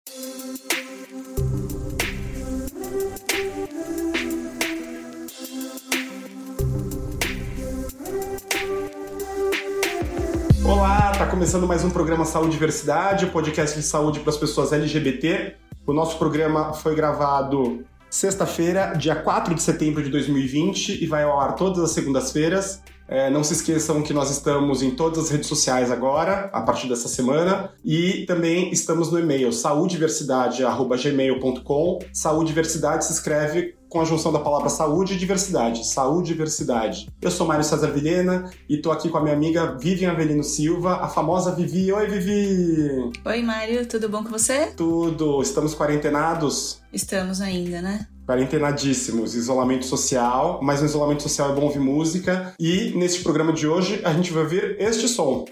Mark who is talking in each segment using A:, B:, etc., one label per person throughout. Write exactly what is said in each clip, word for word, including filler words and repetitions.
A: Olá, tá começando mais um programa Saúde e Diversidade, podcast de saúde para as pessoas L G B T. O nosso programa foi gravado sexta-feira, dia quatro de setembro de dois mil e vinte, e vai ao ar todas as segundas-feiras. É, não se esqueçam que nós estamos em todas as redes sociais agora, a partir dessa semana, e também estamos no e-mail saudiversidade arroba gmail ponto com. Saudiversidade se escreve com a junção da palavra saúde e diversidade. Saúde e diversidade. Eu sou Mário César Vilhena e tô aqui com a minha amiga Vivian Avelino Silva, a famosa Vivi. Oi, Vivi!
B: Oi, Mário. Tudo bom com você?
A: Tudo. Estamos quarentenados?
B: Estamos ainda, né?
A: Quarentenadíssimos. Isolamento social, mas no isolamento social é bom ouvir música. E neste programa de hoje a gente vai ouvir este som.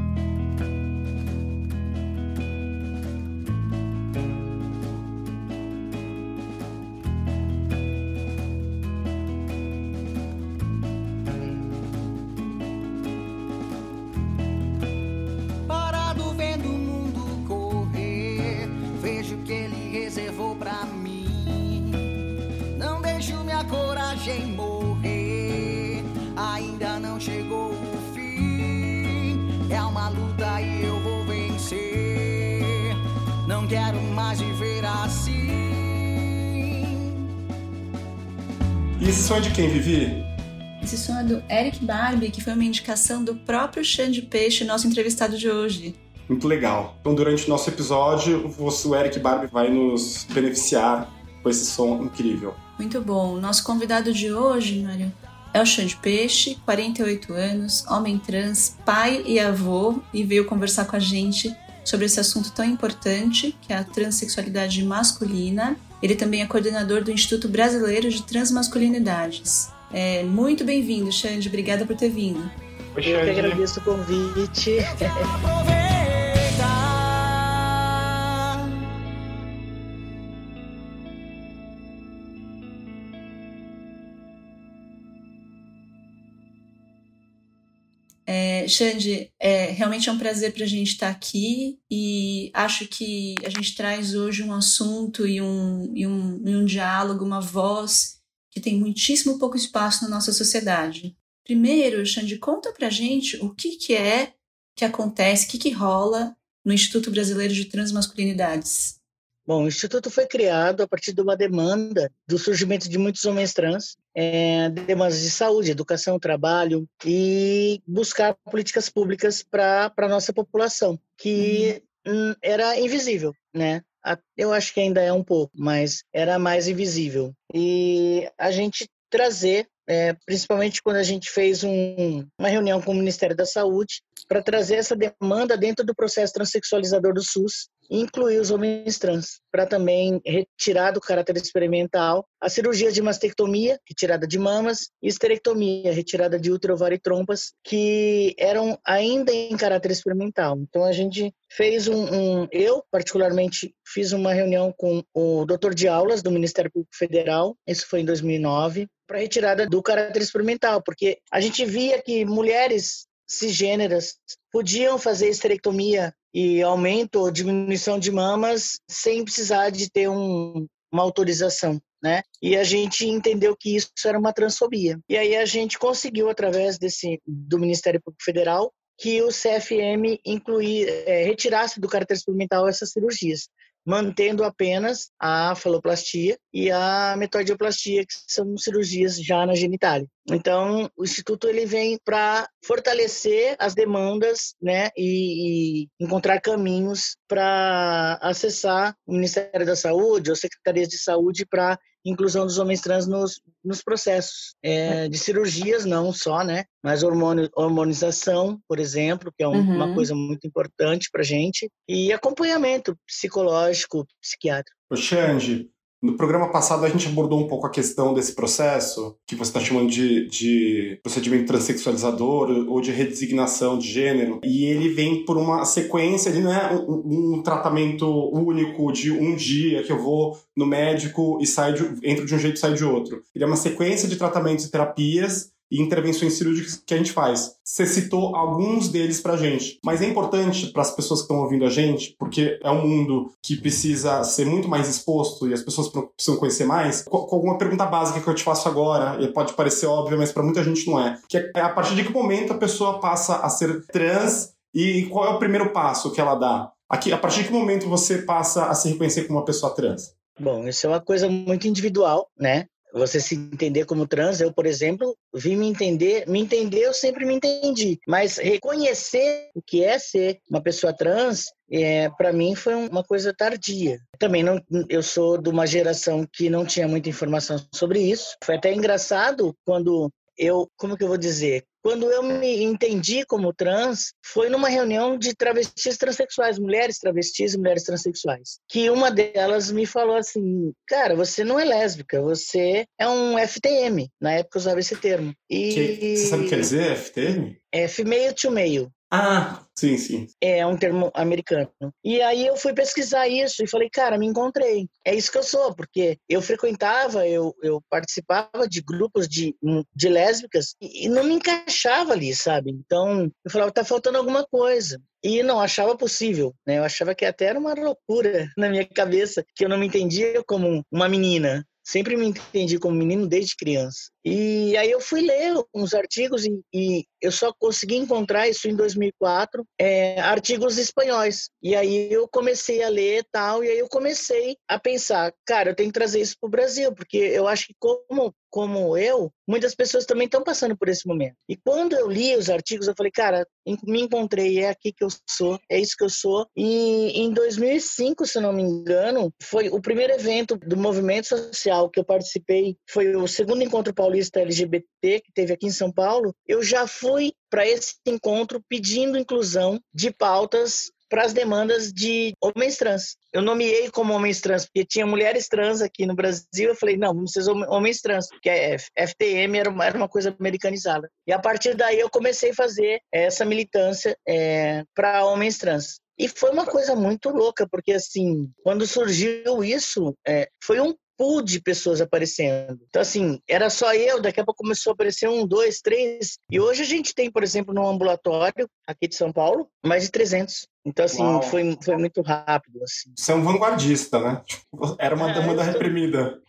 C: Morrer, ainda não chegou o fim. É uma luta e eu vou vencer. Não quero mais viver assim.
A: E esse som é de quem, Vivi?
B: Esse som é do Eric Barbie, que foi uma indicação do próprio Xande Peixe, nosso entrevistado de hoje.
A: Muito legal. Então, durante o nosso episódio, o Eric Barbie vai nos beneficiar com esse som incrível.
B: Muito bom. Nosso convidado de hoje, Mário, é o Xande Peixe, quarenta e oito anos, homem trans, pai e avô, e veio conversar com a gente sobre esse assunto tão importante, que é a transexualidade masculina. Ele também é coordenador do Instituto Brasileiro de Transmasculinidades. É, muito bem-vindo, Xande. Obrigada por ter vindo.
D: Oi, Xande. Eu que agradeço o convite.
B: É, Xande, é, realmente é um prazer para a gente estar aqui e acho que a gente traz hoje um assunto e um, e, um, e um diálogo, uma voz que tem muitíssimo pouco espaço na nossa sociedade. Primeiro, Xande, conta para a gente o que, que é que acontece, o que, que rola no Instituto Brasileiro de Transmasculinidades.
D: Bom, o Instituto foi criado a partir de uma demanda do surgimento de muitos homens trans, é, demandas de saúde, educação, trabalho e buscar políticas públicas para a nossa população, que uhum. era invisível, né? Eu acho que ainda é um pouco, mas era mais invisível. E a gente trazer, é, principalmente quando a gente fez um, uma reunião com o Ministério da Saúde, para trazer essa demanda dentro do processo transexualizador do SUS, e incluir os homens trans, para também retirar do caráter experimental a cirurgia de mastectomia, retirada de mamas, e esterectomia, retirada de útero, ovário e trompas, que eram ainda em caráter experimental. Então a gente fez um, um... Eu, particularmente, fiz uma reunião com o doutor de aulas do Ministério Público Federal, isso foi em dois mil e nove, para retirada do caráter experimental, porque a gente via que mulheres cisgêneras podiam fazer esterectomia e aumento ou diminuição de mamas sem precisar de ter um, uma autorização, né? E a gente entendeu que isso era uma transfobia. E aí a gente conseguiu, através desse, do Ministério Público Federal, que o C F M incluir, é, retirasse do caráter experimental essas cirurgias, mantendo apenas a faloplastia e a metoidioplastia, que são cirurgias já na genitália. Então, o Instituto ele vem para fortalecer as demandas, né, e, e encontrar caminhos para acessar o Ministério da Saúde ou Secretarias de Saúde para inclusão dos homens trans nos, nos processos é, de cirurgias, não só, né, mas hormônio, hormonização, por exemplo, que é um, uhum. uma coisa muito importante para a gente, e acompanhamento psicológico, psiquiátrico.
A: Ô, Xande, no programa passado a gente abordou um pouco a questão desse processo, que você está chamando de, de procedimento transexualizador ou de redesignação de gênero, e ele vem por uma sequência, ele não é um, um tratamento único de um dia que eu vou no médico e saio de, entro de um jeito e saio de outro. Ele é uma sequência de tratamentos e terapias e intervenções cirúrgicas que a gente faz. Você citou alguns deles pra gente, mas é importante para as pessoas que estão ouvindo a gente, porque é um mundo que precisa ser muito mais exposto e as pessoas precisam conhecer mais, com alguma pergunta básica que eu te faço agora, e pode parecer óbvia, mas para muita gente não é, que é a partir de que momento a pessoa passa a ser trans e qual é o primeiro passo que ela dá? Aqui, a partir de que momento você passa a se reconhecer como uma pessoa trans?
D: Bom, isso é uma coisa muito individual, né? Você se entender como trans, eu, por exemplo, vim me entender, me entender, eu sempre me entendi, mas reconhecer o que é ser uma pessoa trans, é, para mim foi uma coisa tardia. Também não, eu sou de uma geração que não tinha muita informação sobre isso. Foi até engraçado quando eu, como que eu vou dizer? Quando eu me entendi como trans, foi numa reunião de travestis transexuais, mulheres travestis e mulheres transexuais, que uma delas me falou assim, cara, você não é lésbica, você é um F T M. Na época eu usava esse termo. E...
A: Que, você sabe o que quer dizer F T M?
D: É female to male.
A: Ah, sim, sim.
D: É um termo americano. E aí eu fui pesquisar isso e falei, cara, me encontrei. É isso que eu sou, porque eu frequentava, eu, eu participava de grupos de, de lésbicas e, e não me encaixava ali, sabe? Então, eu falava, tá faltando alguma coisa. E não achava possível, né? Eu achava que até era uma loucura na minha cabeça, que eu não me entendia como uma menina. Sempre me entendi como menino desde criança. E aí eu fui ler uns artigos e, e eu só consegui encontrar isso em dois mil e quatro, é, artigos espanhóis. E aí eu comecei a ler e tal, e aí eu comecei a pensar, cara, eu tenho que trazer isso para o Brasil, porque eu acho que como, como eu, muitas pessoas também estão passando por esse momento. E quando eu li os artigos, eu falei, cara, me encontrei, é aqui que eu sou, é isso que eu sou. E em dois mil e cinco, se não me engano, foi o primeiro evento do movimento social que eu participei, foi o segundo encontro paulista L G B T que teve aqui em São Paulo. Eu já fui para esse encontro pedindo inclusão de pautas para as demandas de homens trans. Eu nomeei como homens trans, porque tinha mulheres trans aqui no Brasil. Eu falei, não, vamos ser homens trans, porque a F T M era uma, era uma coisa americanizada. E a partir daí eu comecei a fazer essa militância é, para homens trans. E foi uma coisa muito louca, porque assim, quando surgiu isso, é, foi um pool de pessoas aparecendo. Então, assim, era só eu, daqui a pouco começou a aparecer um, dois, três. E hoje a gente tem, por exemplo, no ambulatório aqui de São Paulo, mais de trezentos. Então, assim, foi, foi muito rápido. Assim.
A: Você é um vanguardista, né? Era uma demanda ah, reprimida.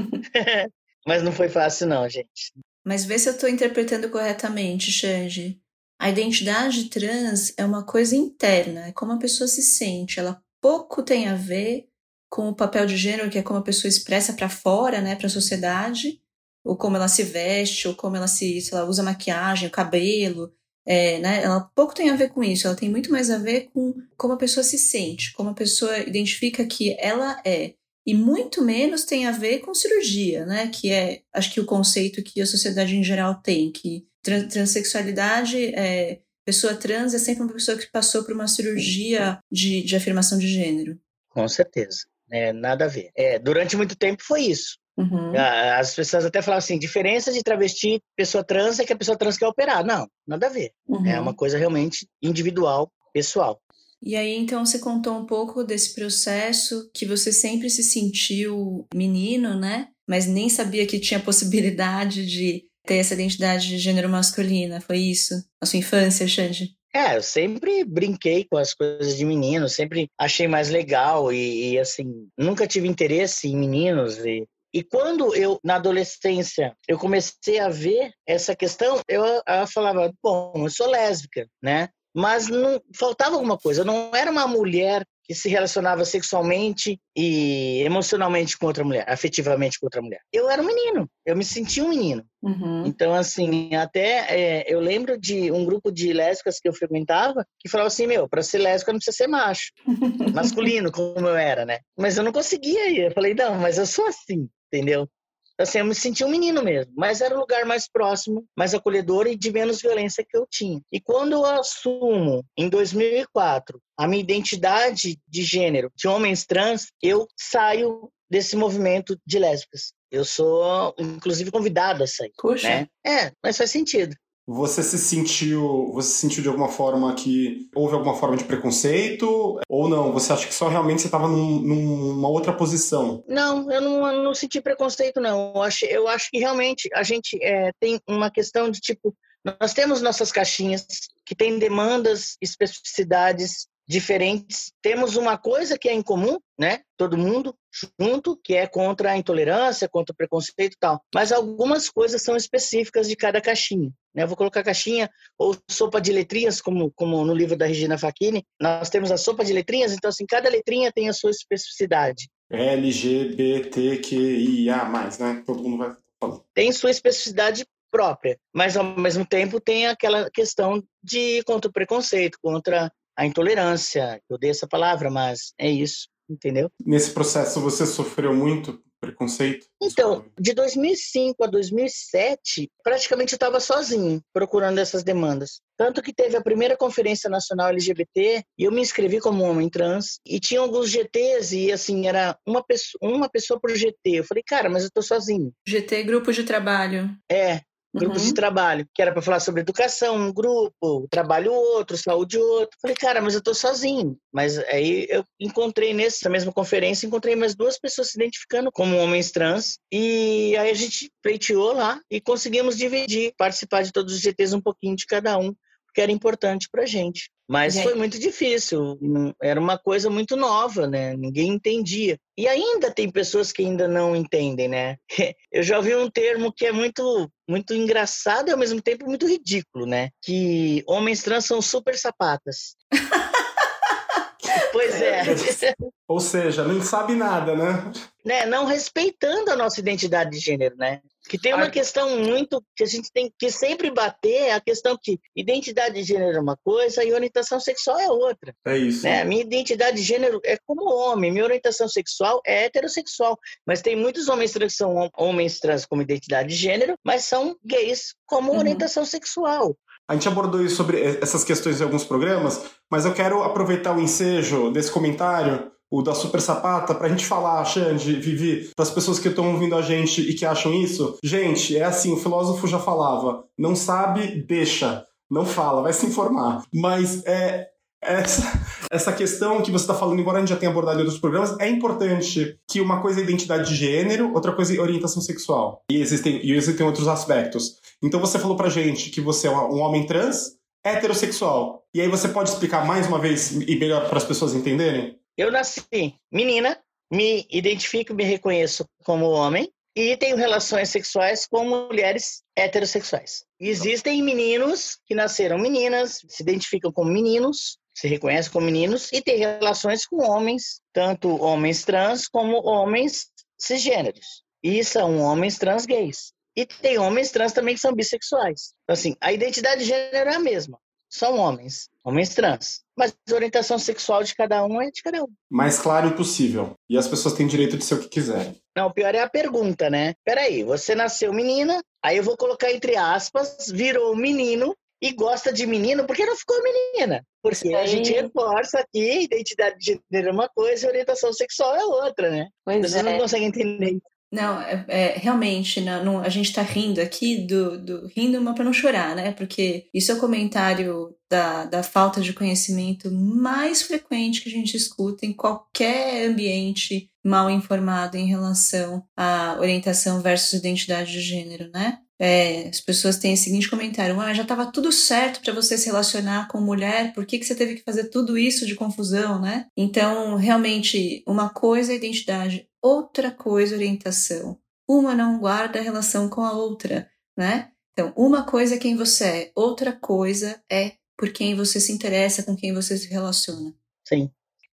D: Mas não foi fácil, não, gente.
B: Mas vê se eu estou interpretando corretamente, Xande. A identidade trans é uma coisa interna, é como a pessoa se sente. Ela pouco tem a ver com o papel de gênero, que é como a pessoa expressa para fora, né, para a sociedade, ou como ela se veste, ou como ela se, se ela usa maquiagem, o cabelo, é, né, ela pouco tem a ver com isso, ela tem muito mais a ver com como a pessoa se sente, como a pessoa identifica que ela é, e muito menos tem a ver com cirurgia, né, que é, acho que o conceito que a sociedade em geral tem, que trans, transexualidade, é, pessoa trans é sempre uma pessoa que passou por uma cirurgia de, de afirmação de gênero.
D: Com certeza. É, nada a ver. É, durante muito tempo foi isso.
B: Uhum.
D: As pessoas até falavam assim, diferença de travesti e pessoa trans é que a pessoa trans quer operar. Não, nada a ver. Uhum. É uma coisa realmente individual, pessoal.
B: E aí, então, você contou um pouco desse processo que você sempre se sentiu menino, né? Mas nem sabia que tinha possibilidade de ter essa identidade de gênero masculina. Foi isso? A sua infância, Xande?
D: É, eu sempre brinquei com as coisas de menino, sempre achei mais legal e, e assim, nunca tive interesse em meninos. E, e quando eu, na adolescência, eu comecei a ver essa questão, eu, eu falava, bom, eu sou lésbica, né? Mas não, faltava alguma coisa, eu não era uma mulher que se relacionava sexualmente e emocionalmente com outra mulher, afetivamente com outra mulher. Eu era um menino, eu me sentia um menino.
B: Uhum.
D: Então, assim, até é, eu lembro de um grupo de lésbicas que eu frequentava que falava assim, meu, para ser lésbica não precisa ser macho, masculino, como eu era, né? Mas eu não conseguia ir, eu falei, não, mas eu sou assim, entendeu? Assim, eu me sentia um menino mesmo, mas era o lugar mais próximo, mais acolhedor e de menos violência que eu tinha. E quando eu assumo, em dois mil e quatro, a minha identidade de gênero de homens trans, eu saio desse movimento de lésbicas. Eu sou, inclusive, convidada a sair.
B: Puxa.
D: Né? É, mas faz sentido.
A: você se sentiu, você se sentiu de alguma forma que houve alguma forma de preconceito ou não? Você acha que só realmente você estava num, numa outra posição?
D: Não, eu não, eu não senti preconceito, não. Eu acho, eu acho que realmente a gente é, tem uma questão de tipo, nós temos nossas caixinhas que têm demandas, especificidades diferentes. Temos uma coisa que é em comum, né? Todo mundo junto, que é contra a intolerância, contra o preconceito e tal. Mas algumas coisas são específicas de cada caixinha, né? Eu vou colocar caixinha ou sopa de letrinhas, como, como no livro da Regina Facchini. Nós temos a sopa de letrinhas, então assim, cada letrinha tem a sua especificidade.
A: L G B T Q I A mais, né? Todo mundo vai falar.
D: Tem sua especificidade própria, mas ao mesmo tempo tem aquela questão de contra o preconceito, contra a intolerância. Eu odeio essa palavra, mas é isso, entendeu?
A: Nesse processo você sofreu muito preconceito?
D: Então, de dois mil e cinco a dois mil e sete, praticamente eu estava sozinho procurando essas demandas. Tanto que teve a primeira Conferência Nacional L G B T e eu me inscrevi como homem trans e tinha alguns G Ts e assim, era uma pessoa, uma pessoa por G T. Eu falei, cara, mas eu tô sozinho.
B: G T, grupo de trabalho.
D: É. Grupos
B: Uhum.
D: de trabalho, que era para falar sobre educação, um grupo, trabalho outro, saúde outro. Falei, cara, mas eu tô sozinho. Mas aí eu encontrei nessa mesma conferência, encontrei mais duas pessoas se identificando como homens trans. E aí a gente pleiteou lá e conseguimos dividir, participar de todos os G Ts um pouquinho de cada um, porque era importante pra gente. Mas
B: E aí?
D: foi muito difícil, era uma coisa muito nova, né? Ninguém entendia. E ainda tem pessoas que ainda não entendem, né? Eu já ouvi um termo que é muito, muito engraçado e ao mesmo tempo muito ridículo, né? Que homens trans são super sapatas. Pois é.
A: Ou seja, não sabe nada, né?
D: né? Não respeitando a nossa identidade de gênero, né? Que tem uma
A: Ai.
D: questão muito que a gente tem que sempre bater, é a questão que identidade de gênero é uma coisa e orientação sexual é outra.
A: É isso.
D: Né? A minha identidade de gênero é como homem, minha orientação sexual é heterossexual, mas tem muitos homens trans que são homens trans como identidade de gênero, mas são gays como
B: Uhum.
D: orientação sexual.
A: A gente abordou isso sobre essas questões em alguns programas, mas eu quero aproveitar o ensejo desse comentário, o da Super Sapata, pra gente falar, Xande, Vivi, para as pessoas que estão ouvindo a gente e que acham isso. Gente, é assim, o filósofo já falava, não sabe, deixa, não fala, vai se informar. Mas é... Essa, essa questão que você está falando, embora a gente já tenha abordado em outros programas, é importante que uma coisa é identidade de gênero, outra coisa é orientação sexual. E existem, e existem outros aspectos. Então você falou pra gente que você é um homem trans, heterossexual. E aí você pode explicar mais uma vez e melhor para as pessoas entenderem?
D: Eu nasci menina, me identifico, me reconheço como homem e tenho relações sexuais com mulheres heterossexuais. Existem meninos que nasceram meninas, se identificam como meninos, se reconhecem como meninos e têm relações com homens, tanto homens trans como homens cisgêneros. E são homens trans gays. E tem homens trans também que são bissexuais. Então, assim, a identidade de gênero é a mesma. São homens, homens trans. Mas a orientação sexual de cada um é de cada um.
A: Mais claro impossível. E as pessoas têm direito de ser o que quiserem.
D: Não, o pior é a pergunta, né? Peraí, você nasceu menina, aí eu vou colocar entre aspas, virou menino e gosta de menino, por que não ficou menina? Porque a gente reforça aqui, identidade de gênero é uma coisa e orientação sexual é outra, né?
B: Pois
D: Vocês
B: é.
D: não conseguem entender.
B: Não, é, é, realmente, não, não, a gente tá rindo aqui, do, do rindo, mas pra não chorar, né? Porque isso é o comentário da, da falta de conhecimento mais frequente que a gente escuta em qualquer ambiente mal informado em relação à orientação versus identidade de gênero, né? É, as pessoas têm o seguinte comentário: ah, já estava tudo certo para você se relacionar com mulher, por que, que você teve que fazer tudo isso de confusão, né? Então, realmente, uma coisa é identidade, outra coisa é orientação. Uma não guarda relação com a outra, né? Então, uma coisa é quem você é, outra coisa é por quem você se interessa, com quem você se relaciona.
D: Sim.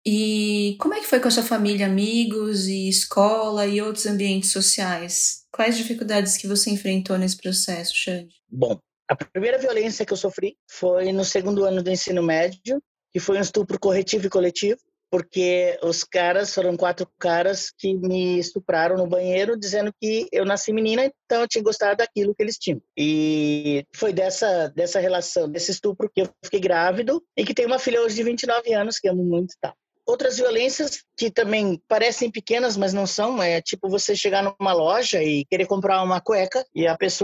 B: E como é que foi com a sua família, amigos e escola e outros ambientes sociais? Quais dificuldades que você enfrentou nesse processo, Xande?
D: Bom, a primeira violência que eu sofri foi no segundo ano do ensino médio, que foi um estupro corretivo e coletivo, porque os caras, foram quatro caras que me estupraram no banheiro, dizendo que eu nasci menina, então eu tinha gostado daquilo que eles tinham. E foi dessa, dessa relação, desse estupro que eu fiquei grávido e que tenho uma filha hoje de vinte e nove anos, que amo muito e tal. Outras violências que também parecem pequenas, mas não são, é tipo você chegar numa loja e querer comprar uma cueca e a pessoa, isso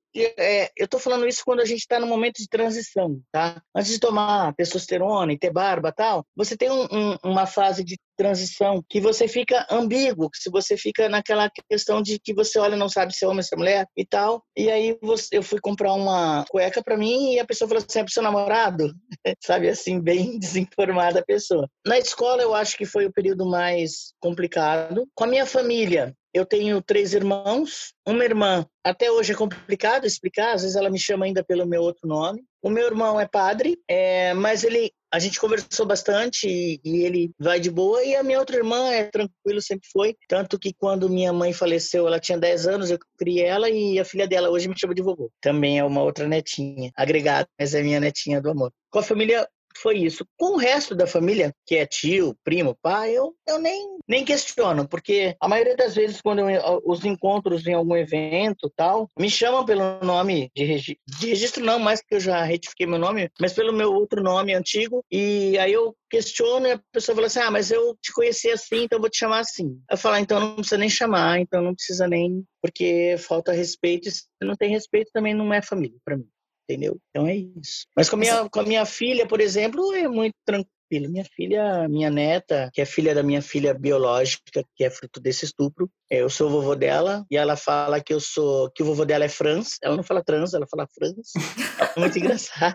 D: é, eu tô falando isso quando a gente tá no momento de transição, tá? Antes de tomar testosterona e ter barba e tal, você tem um, um, uma fase de transição que você fica ambíguo, que se você fica naquela questão de que você olha não sabe se é homem, se é mulher e tal. E aí você, eu fui comprar uma cueca pra mim e a pessoa falou assim, é pro seu namorado? Sabe, assim, bem desinformada a pessoa. Na escola eu acho que foi o período mais complicado. Com a minha família, eu tenho três irmãos, uma irmã. Até hoje é complicado explicar, às vezes ela me chama ainda pelo meu outro nome. O meu irmão é padre, é, mas ele, a gente conversou bastante e, e ele vai de boa. E a minha outra irmã é tranquilo, sempre foi. Tanto que quando minha mãe faleceu, ela tinha dez anos, eu criei ela e a filha dela hoje me chama de vovô. Também é uma outra netinha, agregada, mas é minha netinha do amor. Com a família foi isso. Com o resto da família, que é tio, primo, pai, eu, eu nem, nem questiono, porque a maioria das vezes, quando eu, os encontros em algum evento tal, me chamam pelo nome de, regi de registro, não mais que eu já retifiquei meu nome, mas pelo meu outro nome antigo, e aí eu questiono e a pessoa fala assim, ah, mas eu te conheci assim, então eu vou te chamar assim. Eu falo, ah, então não precisa nem chamar, então não precisa nem, porque falta respeito, e se não tem respeito também não é família para mim. Entendeu? Então é isso. Mas com a minha, com a minha filha, por exemplo, é muito tranquilo. Minha filha, minha neta, que é filha da minha filha biológica, que é fruto desse estupro, eu sou o vovô dela, e ela fala que eu sou, que o vovô dela é Franz. Ela não fala trans, ela fala Franz. É muito engraçado.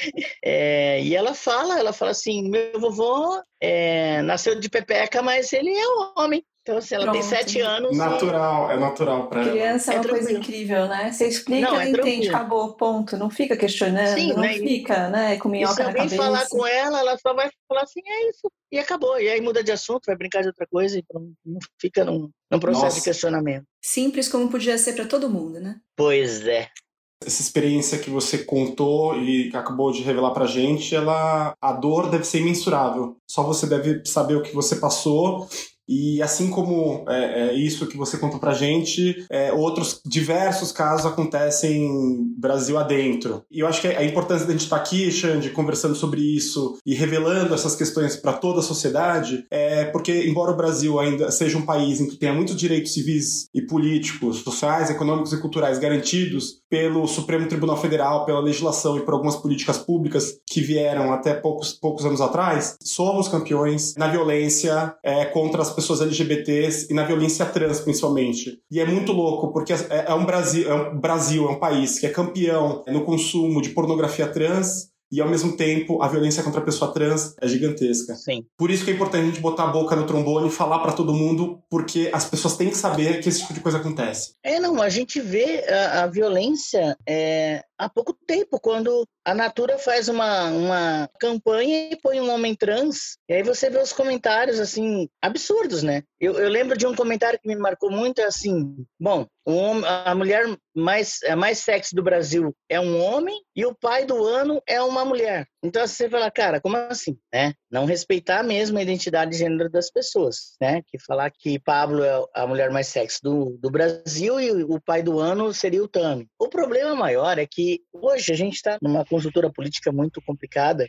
D: É, e ela fala, ela fala assim, meu vovô é, nasceu de pepeca, mas ele é homem. Então, assim, ela Pronto. tem sete anos.
A: Natural, e... é natural pra ela.
B: Criança é, é uma
D: tranquilo.
B: coisa incrível, né? Você explica, não, ela é entende, tranquilo. Acabou, ponto. Não fica questionando, Sim, não né? fica, né? Com minhoca na cabeça.
D: Se alguém falar com ela, ela só vai falar assim, é isso. E acabou. E aí muda de assunto, vai brincar de outra coisa e não, não fica num, num processo Nossa. de questionamento.
B: Simples como podia ser para todo mundo, né?
D: Pois é.
A: Essa experiência que você contou e que acabou de revelar pra gente, ela, a dor deve ser imensurável. Só você deve saber o que você passou. E assim como é, é, isso que você contou pra gente, é, outros diversos casos acontecem Brasil adentro. E eu acho que a importância de a gente estar aqui, Xande, conversando sobre isso e revelando essas questões para toda a sociedade, é porque, embora o Brasil ainda seja um país em que tenha muitos direitos civis e políticos, sociais, econômicos e culturais garantidos pelo Supremo Tribunal Federal, pela legislação e por algumas políticas públicas que vieram até poucos, poucos anos atrás, somos campeões na violência é, contra as pessoas L G B Ts e na violência trans, principalmente. E é muito louco, porque é, é um Brasil, é um Brasil, é um país que é campeão no consumo de pornografia trans e, ao mesmo tempo, a violência contra a pessoa trans é gigantesca.
D: Sim.
A: Por isso que é importante a gente botar a boca no trombone e falar pra todo mundo, porque as pessoas têm que saber que esse tipo de coisa acontece.
D: É, não, a gente vê a, a violência é, há pouco tempo, quando a Natura faz uma, uma campanha e põe um homem trans, e aí você vê os comentários, assim, absurdos, né? Eu, eu lembro de um comentário que me marcou muito, é assim, bom, o homem, a mulher mais, a mais sexy do Brasil é um homem e o pai do ano é uma mulher. Então você fala, cara, como assim? Né? Não respeitar mesmo a identidade de gênero das pessoas, né? Que falar que Pablo é a mulher mais sexy do, do Brasil e o pai do ano seria o Tami. O problema maior é que hoje a gente está numa conjuntura política muito complicada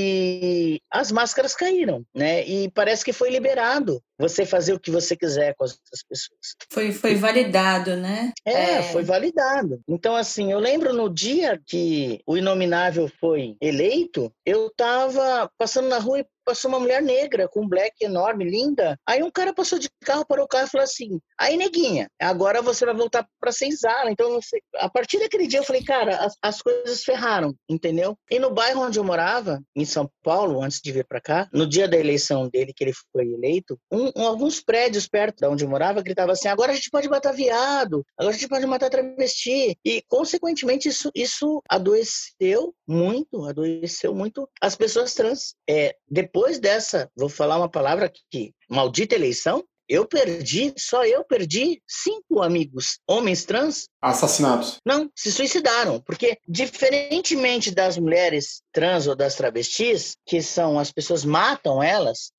D: e as máscaras caíram, né? E parece que foi liberado você fazer o que você quiser com as outras pessoas.
B: Foi, foi validado, né?
D: É, é, foi validado. Então, assim, eu lembro no dia que o Inominável foi eleito, eu tava passando na rua e passou uma mulher negra com um black enorme, linda. Aí um cara passou de carro, parou o carro e falou assim, aí neguinha, agora você vai voltar pra senzala. Então, você... a partir daquele dia eu falei, cara, as, as coisas ferraram, entendeu? E no bairro onde eu morava, em São Paulo, antes de vir pra cá, no dia da eleição dele, que ele foi eleito, um, um, alguns prédios perto de onde eu morava gritavam assim, agora a gente pode matar viado, agora a gente pode matar travesti. E, consequentemente, isso, isso adoeceu muito, adoeceu muito as pessoas trans. É, depois Depois dessa, vou falar uma palavra aqui, maldita eleição, eu perdi, só eu perdi cinco amigos, homens trans.
A: Assassinados?
D: Não, se suicidaram, porque diferentemente das mulheres trans ou das travestis, que são as pessoas matam elas,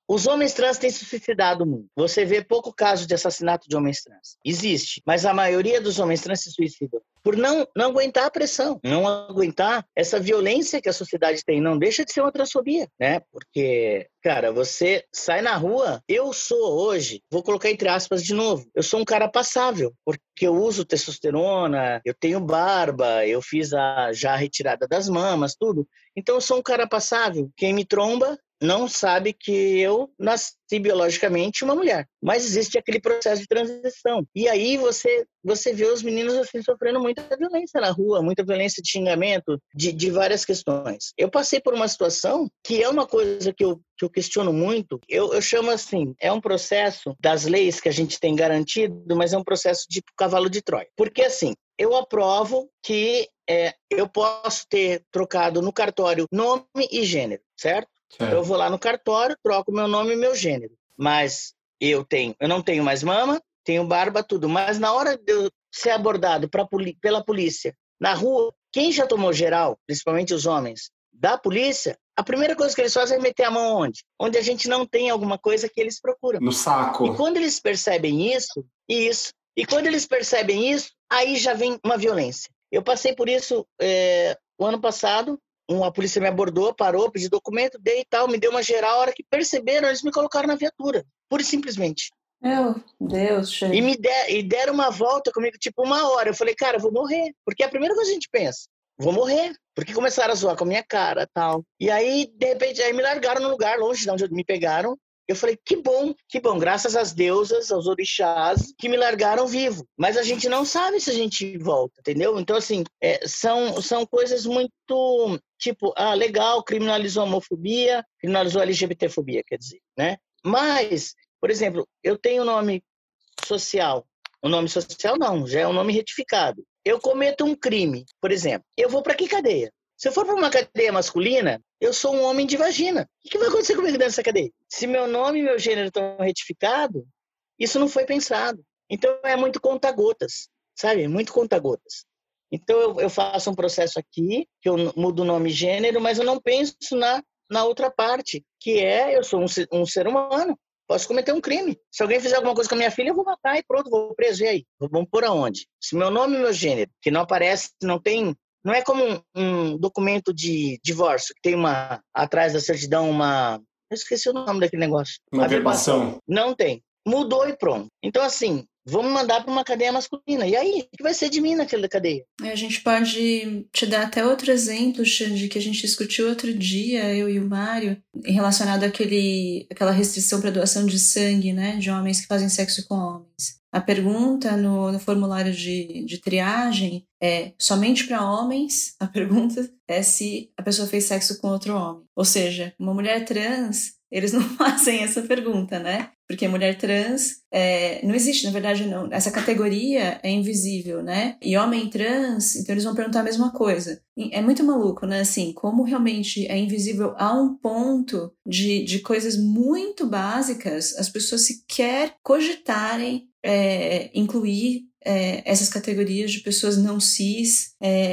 D: Os homens trans têm se suicidado muito. Você vê pouco caso de assassinato de homens trans. Existe, mas a maioria dos homens trans se suicidam por não, não aguentar a pressão, não aguentar essa violência que a sociedade tem. Não deixa de ser uma transfobia, né? Porque, cara, você sai na rua, eu sou hoje, vou colocar entre aspas de novo, eu sou um cara passável, porque eu uso testosterona, eu tenho barba, eu fiz a já a retirada das mamas, tudo. Então eu sou um cara passável. Quem me tromba não sabe que eu nasci biologicamente uma mulher, mas existe aquele processo de transição. E aí você, você vê os meninos assim sofrendo muita violência na rua, muita violência de xingamento, de, de várias questões. Eu passei por uma situação que é uma coisa que eu, que eu questiono muito, eu, eu chamo assim, é um processo das leis que a gente tem garantido, mas é um processo de cavalo de Troia. Porque assim, eu aprovo que é, eu posso ter trocado no cartório nome e gênero, certo? Certo. Eu vou lá no cartório, troco meu nome e meu gênero. Mas eu tenho, eu não tenho mais mama, tenho barba, tudo. Mas na hora de eu ser abordado pra, pela polícia na rua, quem já tomou geral, principalmente os homens, da polícia, a primeira coisa que eles fazem é meter a mão onde? Onde a gente não tem alguma coisa que eles procuram.
A: No saco.
D: E quando eles percebem isso, isso, e quando eles percebem isso, aí já vem uma violência. Eu passei por isso é, o ano passado. A polícia me abordou, parou, pediu documento, dei e tal, me deu uma geral. A hora que perceberam, eles me colocaram na viatura, pura e simplesmente.
B: Meu Deus, cheio.
D: E me der, e deram uma volta comigo, tipo, uma hora. Eu falei, cara, eu vou morrer. Porque é a primeira coisa que a gente pensa, vou morrer. Porque começaram a zoar com a minha cara e tal. E aí, de repente, aí me largaram no lugar longe de onde me pegaram. Eu falei, que bom, que bom, graças às deusas, aos orixás, que me largaram vivo. Mas a gente não sabe se a gente volta, entendeu? Então, assim, é, são, são coisas muito, tipo, ah, legal, criminalizou a homofobia, criminalizou a LGBTfobia, quer dizer, né? Mas, por exemplo, eu tenho nome social. O nome social não, já é um nome retificado. Eu cometo um crime, por exemplo, eu vou para que cadeia? Se eu for para uma cadeia masculina, eu sou um homem de vagina. O que vai acontecer comigo dentro cadeia? Se meu nome e meu gênero estão retificados, isso não foi pensado. Então é muito conta-gotas, sabe? Muito conta-gotas. Então eu, eu faço um processo aqui, que eu mudo o nome e gênero, mas eu não penso na, na outra parte, que é eu sou um, um ser humano. Posso cometer um crime. Se alguém fizer alguma coisa com a minha filha, eu vou matar e pronto, vou preso. E aí? Vamos por aonde? Se meu nome e meu gênero, que não aparece, não tem... Não é como um, um documento de divórcio, que tem uma atrás da certidão uma... Eu esqueci o nome daquele negócio.
A: Uma verbação.
D: Não tem. Mudou e pronto. Então, assim, vamos mandar para uma cadeia masculina. E aí? O que vai ser de mim naquela cadeia?
B: A gente pode te dar até outro exemplo, Xande, que a gente discutiu outro dia, eu e o Mário, relacionado àquele, àquela restrição para doação de sangue, né, de homens que fazem sexo com homens. A pergunta no, no formulário de, de triagem é somente para homens. A pergunta é se a pessoa fez sexo com outro homem. Ou seja, uma mulher trans, eles não fazem essa pergunta, né? Porque mulher trans é, não existe, na verdade, não. Essa categoria é invisível, né? E homem trans, então eles vão perguntar a mesma coisa. É muito maluco, né? Assim, como realmente é invisível a um ponto de, de coisas muito básicas, as pessoas sequer cogitarem É, incluir é, essas categorias de pessoas não cis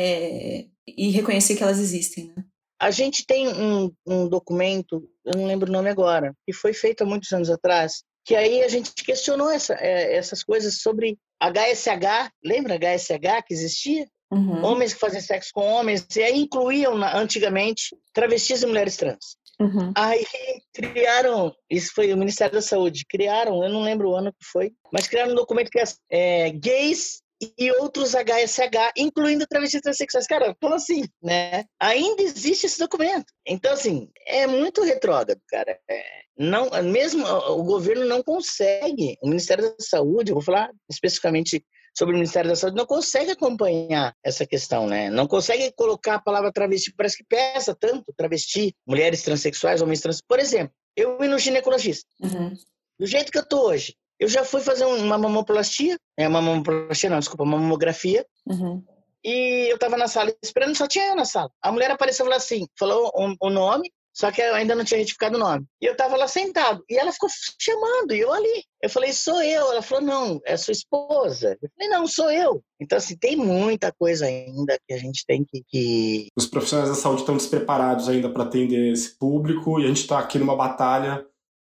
B: é, e reconhecer que elas existem, né?
D: A gente tem um, um documento, eu não lembro o nome agora, que foi feito há muitos anos atrás, que aí a gente questionou essa, é, essas coisas sobre H S H, lembra H S H que existia? Uhum. Homens que fazem sexo com homens, e aí incluíam antigamente travestis e mulheres trans. Uhum. Aí criaram, isso foi o Ministério da Saúde, criaram, eu não lembro o ano que foi, mas criaram um documento que é, é gays e outros H S H, incluindo travestis transexuais. Cara, como assim, né? Ainda existe esse documento. Então, assim, é muito retrógrado, cara. É, não, mesmo o governo não consegue, o Ministério da Saúde, eu vou falar especificamente sobre o Ministério da Saúde, não consegue acompanhar essa questão, né? Não consegue colocar a palavra travesti, parece que pesa tanto, travesti, mulheres transexuais, homens trans. Por exemplo, eu ir no ginecologista. Uhum. Do jeito que eu tô hoje, eu já fui fazer uma mamoplastia, é uma mamoplastia não, desculpa, uma mamografia, uhum. E eu tava na sala esperando, só tinha eu na sala. A mulher apareceu e falou assim, falou o, o nome, só que eu ainda não tinha retificado o nome. E eu tava lá sentado, e ela ficou chamando, e eu ali. Eu falei, sou eu. Ela falou, não, é sua esposa. Eu falei, não, sou eu. Então, assim, tem muita coisa ainda que a gente tem que... que...
A: Os profissionais da saúde estão despreparados ainda para atender esse público, e a gente está aqui numa batalha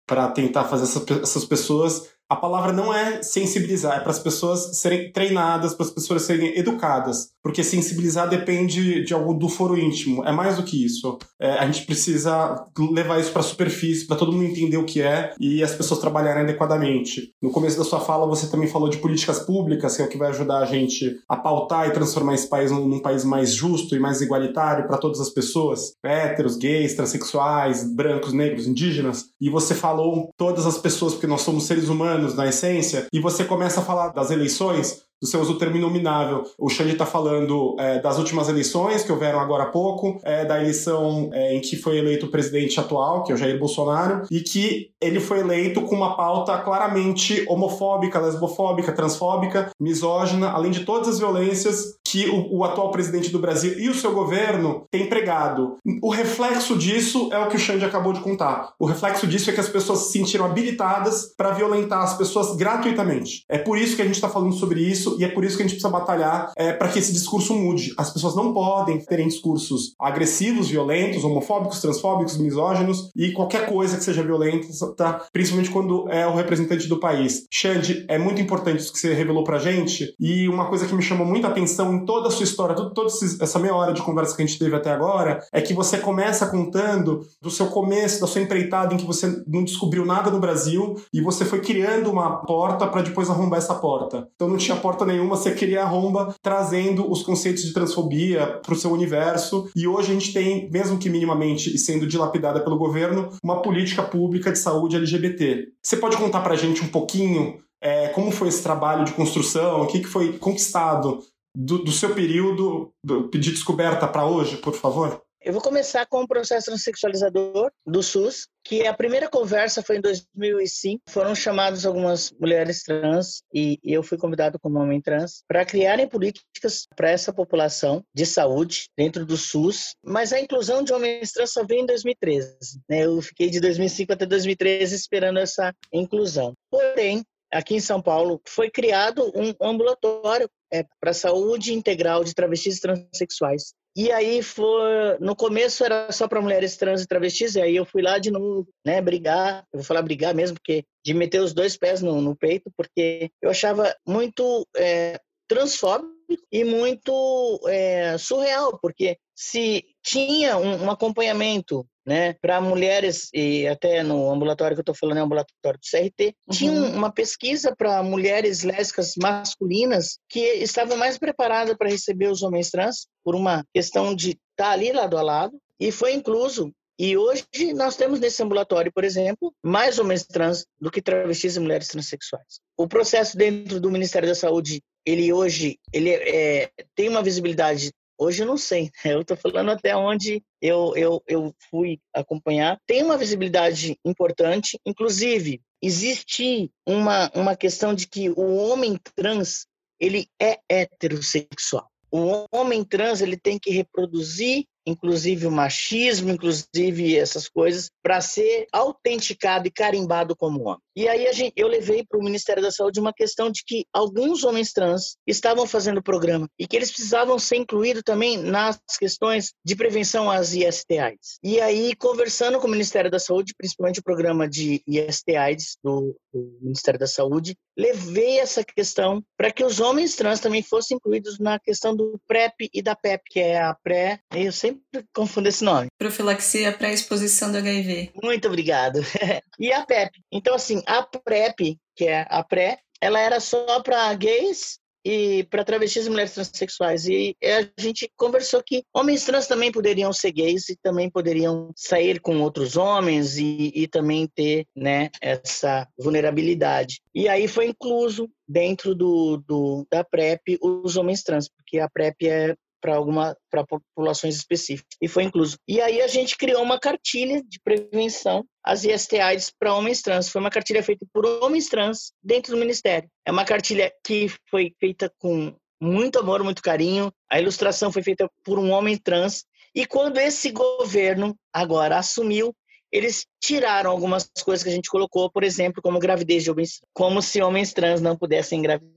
A: para tentar fazer essas, essas pessoas... A palavra não é sensibilizar, é para as pessoas serem treinadas, para as pessoas serem educadas. Porque sensibilizar depende de algo do foro íntimo, é mais do que isso. É, a gente precisa levar isso para a superfície, para todo mundo entender o que é e as pessoas trabalharem adequadamente. No começo da sua fala, você também falou de políticas públicas, que é o que vai ajudar a gente a pautar e transformar esse país num, num país mais justo e mais igualitário para todas as pessoas, héteros, gays, transexuais, brancos, negros, indígenas. E você falou todas as pessoas, porque nós somos seres humanos, na essência, e você começa a falar das eleições, você usa o termo inominável. O Xande está falando é, das últimas eleições, que houveram agora há pouco, é, da eleição é, em que foi eleito o presidente atual, que é o Jair Bolsonaro, e que ele foi eleito com uma pauta claramente homofóbica, lesbofóbica, transfóbica, misógina, além de todas as violências que o, o atual presidente do Brasil e o seu governo têm pregado. O reflexo disso é o que o Xande acabou de contar. O reflexo disso é que as pessoas se sentiram habilitadas para violentar as pessoas gratuitamente. É por isso que a gente está falando sobre isso e é por isso que a gente precisa batalhar é, para que esse discurso mude. As pessoas não podem terem discursos agressivos, violentos, homofóbicos, transfóbicos, misóginos e qualquer coisa que seja violenta, tá? Principalmente quando é o representante do país. Xande, é muito importante isso que você revelou pra gente e uma coisa que me chamou muita atenção em toda a sua história, toda, toda essa meia hora de conversa que a gente teve até agora, é que você começa contando do seu começo, da sua empreitada em que você não descobriu nada no Brasil e você foi criando uma porta para depois arrombar essa porta. Então não tinha porta nenhuma, você queria arromba trazendo os conceitos de transfobia para o seu universo e hoje a gente tem, mesmo que minimamente e sendo dilapidada pelo governo, uma política pública de saúde L G B T. Você pode contar pra gente um pouquinho é, como foi esse trabalho de construção, o que, que foi conquistado do, do seu período do, de descoberta para hoje, por favor?
D: Eu vou começar com o processo transexualizador do SUS, que a primeira conversa foi em dois mil e cinco. Foram chamadas algumas mulheres trans e eu fui convidado como homem trans para criarem políticas para essa população de saúde dentro do SUS, mas a inclusão de homens trans só veio em dois mil e treze. Né? Eu fiquei de dois mil e cinco até dois mil e treze esperando essa inclusão. Porém, aqui em São Paulo, foi criado um ambulatório é, para saúde integral de travestis e transexuais. E aí, foi, no começo era só para mulheres trans e travestis, e aí eu fui lá de novo, né, brigar, eu vou falar brigar mesmo, porque de meter os dois pés no, no peito, porque eu achava muito é, transfóbico e muito é, surreal, porque se tinha um, um acompanhamento, né, para mulheres, e até no ambulatório que eu estou falando é o ambulatório do C R T, uhum. Tinha uma pesquisa para mulheres lésbicas masculinas que estavam mais preparadas para receber os homens trans, por uma questão de estar ali lado a lado, e foi incluso. E hoje nós temos nesse ambulatório, por exemplo, mais homens trans do que travestis e mulheres transexuais. O processo dentro do Ministério da Saúde, ele hoje ele é, tem uma visibilidade. Hoje eu não sei, eu estou falando até onde eu, eu, eu fui acompanhar. Tem uma visibilidade importante, inclusive existe uma, uma questão de que o homem trans ele é heterossexual. O homem trans ele tem que reproduzir, inclusive o machismo, inclusive essas coisas, para ser autenticado e carimbado como homem. E aí a gente, eu levei para o Ministério da Saúde uma questão de que alguns homens trans estavam fazendo o programa e que eles precisavam ser incluídos também nas questões de prevenção às I S T AIDS. E aí, conversando com o Ministério da Saúde, principalmente o programa de I S T AIDS do, do Ministério da Saúde, levei essa questão para que os homens trans também fossem incluídos na questão do PrEP e da PEP, que é a pré... Eu sempre confundo esse nome.
B: Profilaxia pré-exposição do H I V.
D: Muito obrigado. E a PEP. Então, assim, a PrEP, que é a pré, ela era só para gays e para travestis e mulheres transexuais. E a gente conversou que homens trans também poderiam ser gays e também poderiam sair com outros homens e, e também ter, né, essa vulnerabilidade. E aí foi incluso dentro do, do, da PrEP os homens trans, porque a PrEP é para alguma para populações específicas e foi incluso. E aí a gente criou uma cartilha de prevenção às I S T AIDS para homens trans. Foi uma cartilha feita por homens trans dentro do Ministério. É uma cartilha que foi feita com muito amor, muito carinho. A ilustração foi feita por um homem trans e quando esse governo agora assumiu, eles tiraram algumas coisas que a gente colocou, por exemplo, como gravidez de homens, como se homens trans não pudessem engravidar.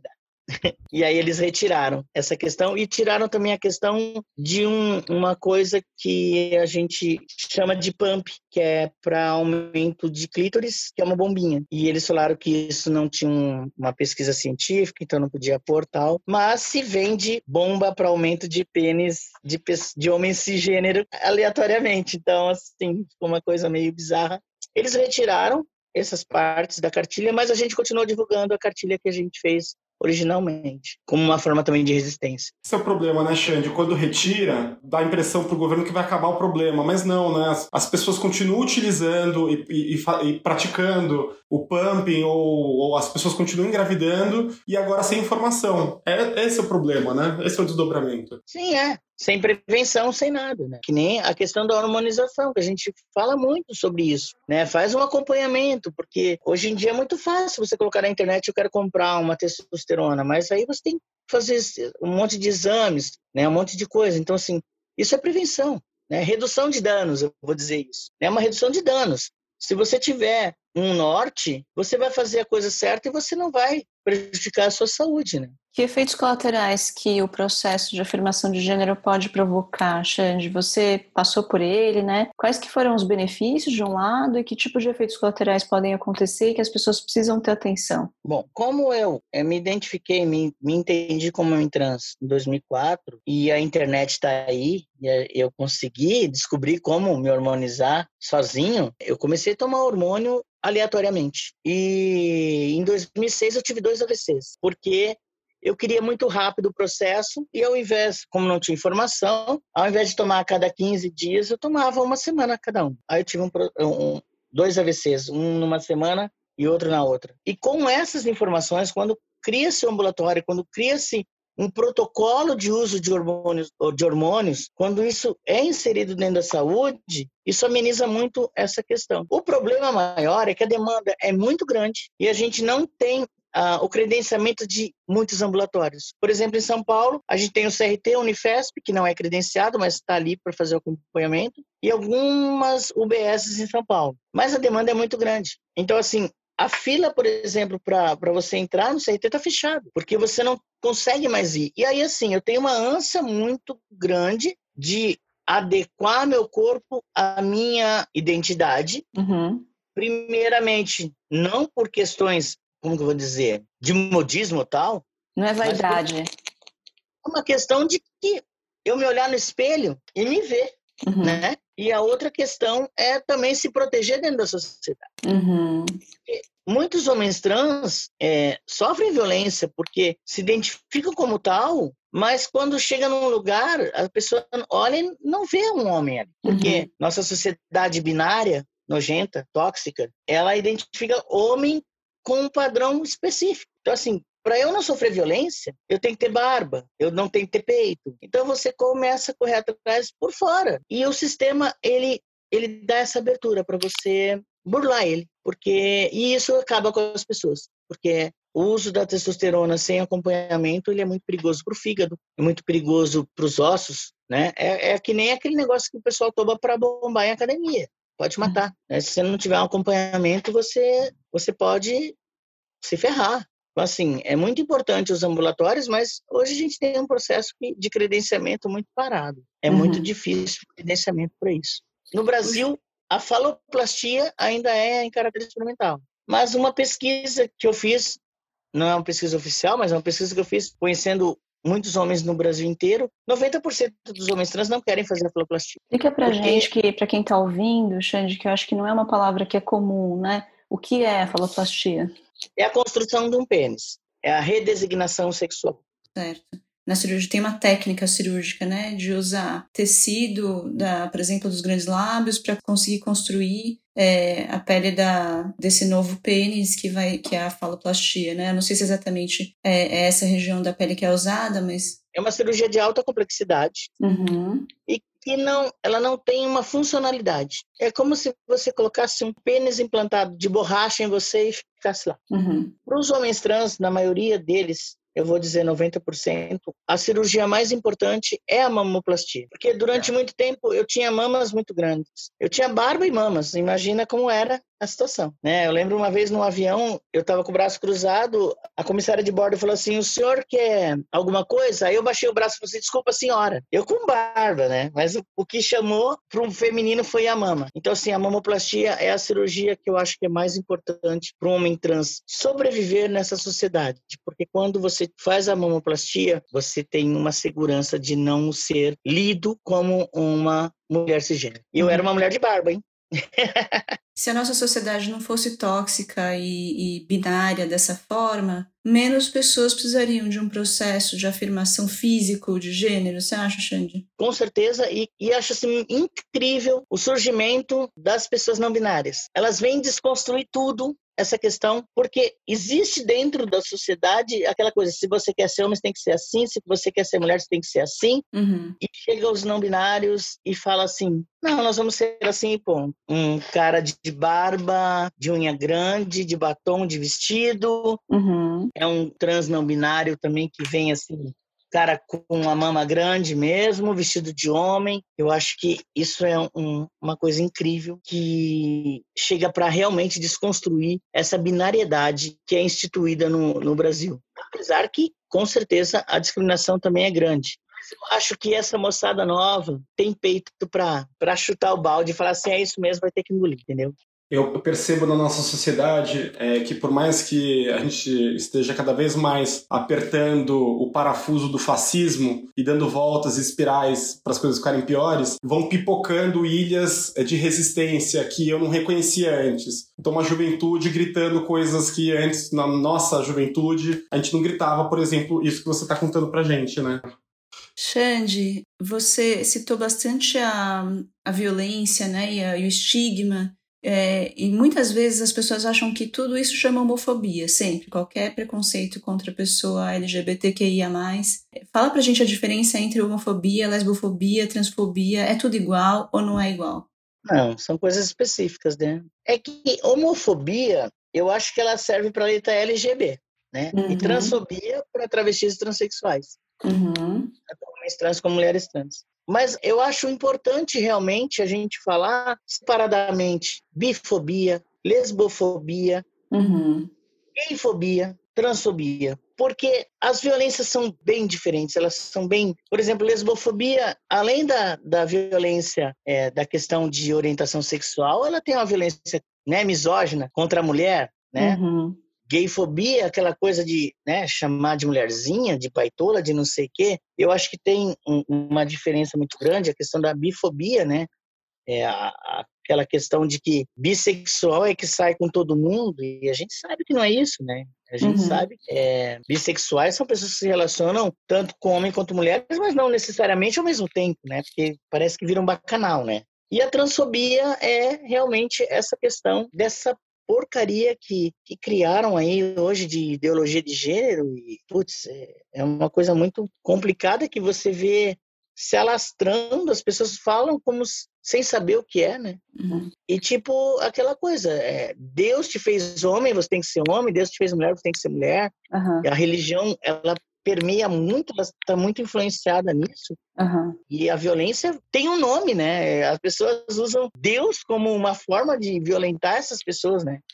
D: E aí eles retiraram essa questão e tiraram também a questão de um, uma coisa que a gente chama de pump, que é para aumento de clítoris, que é uma bombinha. E eles falaram que isso não tinha um, uma pesquisa científica, então não podia pôr tal. Mas se vende bomba para aumento de pênis de, de homem cisgênero aleatoriamente. Então, assim, ficou uma coisa meio bizarra. Eles retiraram essas partes da cartilha, mas a gente continuou divulgando a cartilha que a gente fez originalmente, como uma forma também de resistência.
A: Esse é o problema, né, Xande? Quando retira, dá a impressão para o governo que vai acabar o problema, mas não, né? As, as pessoas continuam utilizando e, e, e, e praticando o pumping, ou, ou as pessoas continuam engravidando e agora sem informação. É, esse é o problema, né? Esse é o desdobramento.
D: Sim, é. Sem prevenção, sem nada, né? Que nem a questão da hormonização, que a gente fala muito sobre isso, né? Faz um acompanhamento, porque hoje em dia é muito fácil você colocar na internet, eu quero comprar uma testosterona, mas aí você tem que fazer um monte de exames, né? Um monte de coisa. Então, assim, isso é prevenção, né? Redução de danos, eu vou dizer isso. É uma redução de danos. Se você tiver um norte, você vai fazer a coisa certa e você não vai prejudicar a sua saúde, né?
B: Que efeitos colaterais que o processo de afirmação de gênero pode provocar, Xande? Você passou por ele, né? Quais que foram os benefícios de um lado e que tipo de efeitos colaterais podem acontecer e que as pessoas precisam ter atenção?
D: Bom, como eu, eu me identifiquei, me, me entendi como homem trans em dois mil e quatro e a internet está aí, e eu consegui descobrir como me hormonizar sozinho, eu comecei a tomar hormônio aleatoriamente. E em dois mil e seis eu tive dois A V Cs, porque eu queria muito rápido o processo e ao invés, como não tinha informação, ao invés de tomar a cada quinze dias, eu tomava uma semana cada um. Aí eu tive um, um, dois A V Cs, um numa semana e outro na outra. E com essas informações, quando cria-se o ambulatório, quando cria-se um protocolo de uso de hormônios, de hormônios, quando isso é inserido dentro da saúde, isso ameniza muito essa questão. O problema maior é que a demanda é muito grande e a gente não tem Uh, o credenciamento de muitos ambulatórios. Por exemplo, em São Paulo, a gente tem o C R T Unifesp, que não é credenciado, mas está ali para fazer o acompanhamento, e algumas U B Ss em São Paulo. Mas a demanda é muito grande. Então, assim, a fila, por exemplo, para você entrar no C R T está fechada, porque você não consegue mais ir. E aí, assim, eu tenho uma ânsia muito grande de adequar meu corpo à minha identidade.
B: Uhum.
D: Primeiramente, não por questões, como que eu vou dizer, de modismo e tal.
B: Não é vaidade.
D: É uma questão de que eu me olhar no espelho e me ver, uhum. né? E a outra questão é também se proteger dentro da sociedade.
B: Uhum.
D: Muitos homens trans é, sofrem violência porque se identificam como tal, mas quando chega num lugar, a pessoa olha e não vê um homem ali. Porque uhum. nossa sociedade binária, nojenta, tóxica, ela identifica homem com um padrão específico. Então, assim, para eu não sofrer violência, eu tenho que ter barba, eu não tenho que ter peito. Então, você começa a correr atrás por fora. E o sistema, ele, ele dá essa abertura para você burlar ele. Porque, e isso acaba com as pessoas. Porque o uso da testosterona sem acompanhamento, ele é muito perigoso para o fígado, é muito perigoso para os ossos, né? É, é que nem aquele negócio que o pessoal toma para bombar em academia. Pode matar. Né? Se você não tiver um acompanhamento, você, você pode se ferrar. Então, assim, é muito importante os ambulatórios, mas hoje a gente tem um processo de credenciamento muito parado. É uhum. muito difícil o credenciamento para isso. No Brasil, a faloplastia ainda é em caráter experimental. Mas uma pesquisa que eu fiz, não é uma pesquisa oficial, mas é uma pesquisa que eu fiz conhecendo muitos homens no Brasil inteiro, noventa por cento dos homens trans não querem fazer a faloplastia.
B: Explica pra
D: Porque...
B: gente, que para quem tá ouvindo, Xande, que eu acho que não é uma palavra que é comum, né? O que é a faloplastia?
D: É a construção de um pênis. É a redesignação sexual.
B: Certo. Na cirurgia tem uma técnica cirúrgica, né? De usar tecido, da, por exemplo, dos grandes lábios para conseguir construir é, a pele da, desse novo pênis que, vai, que é a faloplastia, né? Eu não sei se exatamente é, é essa região da pele que é usada, mas...
D: É uma cirurgia de alta complexidade
B: uhum.
D: e que não, ela não tem uma funcionalidade. É como se você colocasse um pênis implantado de borracha em você e ficasse lá.
B: Uhum.
D: Para os homens trans, na maioria deles, eu vou dizer noventa por cento, a cirurgia mais importante é a mamoplastia. Porque durante muito tempo eu tinha mamas muito grandes. Eu tinha barba e mamas. Imagina como era a situação, né? Eu lembro uma vez no avião, eu estava com o braço cruzado, a comissária de bordo falou assim, o senhor quer alguma coisa? Aí eu baixei o braço e falei assim, desculpa, senhora. Eu com barba, né? Mas o, o que chamou para um feminino foi a mama. Então, assim, a mamoplastia é a cirurgia que eu acho que é mais importante para um homem trans sobreviver nessa sociedade. Porque quando você faz a mamoplastia, você tem uma segurança de não ser lido como uma mulher cisgênero. E eu era uma mulher de barba, hein?
B: Se a nossa sociedade não fosse tóxica e, e binária dessa forma, menos pessoas precisariam de um processo de afirmação físico de gênero, você acha, Xande?
D: Com certeza, e, e acho assim, incrível o surgimento das pessoas não binárias. Elas vêm desconstruir tudo, essa questão, porque existe dentro da sociedade aquela coisa, se você quer ser homem, você tem que ser assim, se você quer ser mulher, você tem que ser assim,
B: uhum.
D: E chega os não binários e fala assim, não, nós vamos ser assim, pô, um cara de barba, de unha grande, de batom, de vestido,
B: uhum.
D: É um trans não binário também que vem assim, cara com a mama grande mesmo, vestido de homem. Eu acho que isso é um, uma coisa incrível que chega para realmente desconstruir essa binariedade que é instituída no, no Brasil. Apesar que, com certeza, a discriminação também é grande. Mas eu acho que essa moçada nova tem peito para chutar o balde e falar assim, é isso mesmo, vai ter que engolir, entendeu?
A: Eu percebo na nossa sociedade é, que por mais que a gente esteja cada vez mais apertando o parafuso do fascismo e dando voltas e espirais para as coisas ficarem piores, vão pipocando ilhas de resistência que eu não reconhecia antes. Então uma juventude gritando coisas que antes, na nossa juventude, a gente não gritava, por exemplo, isso que você está contando pra gente, né?
B: Xande, você citou bastante a, a violência, né, e, a, e o estigma. É, e muitas vezes as pessoas acham que tudo isso chama homofobia, sempre, qualquer preconceito contra a pessoa L G B T Q I A mais. Fala pra gente a diferença entre homofobia, lesbofobia, transfobia, é tudo igual ou não é igual?
D: Não, são coisas específicas, né? É que homofobia, eu acho que ela serve pra letra L G B, né?
B: Uhum.
D: E transfobia para travestis e transexuais.
B: Uhum.
D: Tanto homens trans como mulheres trans. Mas eu acho importante realmente a gente falar separadamente bifobia, lesbofobia,
B: uhum.
D: gayfobia, transfobia. Porque as violências são bem diferentes, elas são bem... Por exemplo, lesbofobia, além da, da violência é, da questão de orientação sexual, ela tem uma violência, né, misógina contra a mulher, né?
B: Uhum.
D: Gayfobia, aquela coisa de, né, chamar de mulherzinha, de baitola, de não sei o quê. Eu acho que tem um, uma diferença muito grande, a questão da bifobia, né? É a, a, aquela questão de que bissexual é que sai com todo mundo, e a gente sabe que não é isso, né? A gente uhum. sabe que é, bissexuais são pessoas que se relacionam tanto com homem quanto mulheres, mas não necessariamente ao mesmo tempo, né? Porque parece que vira um bacanal, né? E a transfobia é realmente essa questão dessa porcaria que, que criaram aí hoje de ideologia de gênero e, putz, é, é uma coisa muito complicada que você vê se alastrando, as pessoas falam como sem saber o que é, né?
B: Uhum.
D: E tipo, aquela coisa, é, Deus te fez homem, você tem que ser homem, Deus te fez mulher, você tem que ser mulher.
B: Uhum.
D: E a religião, ela permeia muito, ela está muito influenciada nisso.
B: Uhum.
D: E a violência tem um nome, né? As pessoas usam Deus como uma forma de violentar essas pessoas, né?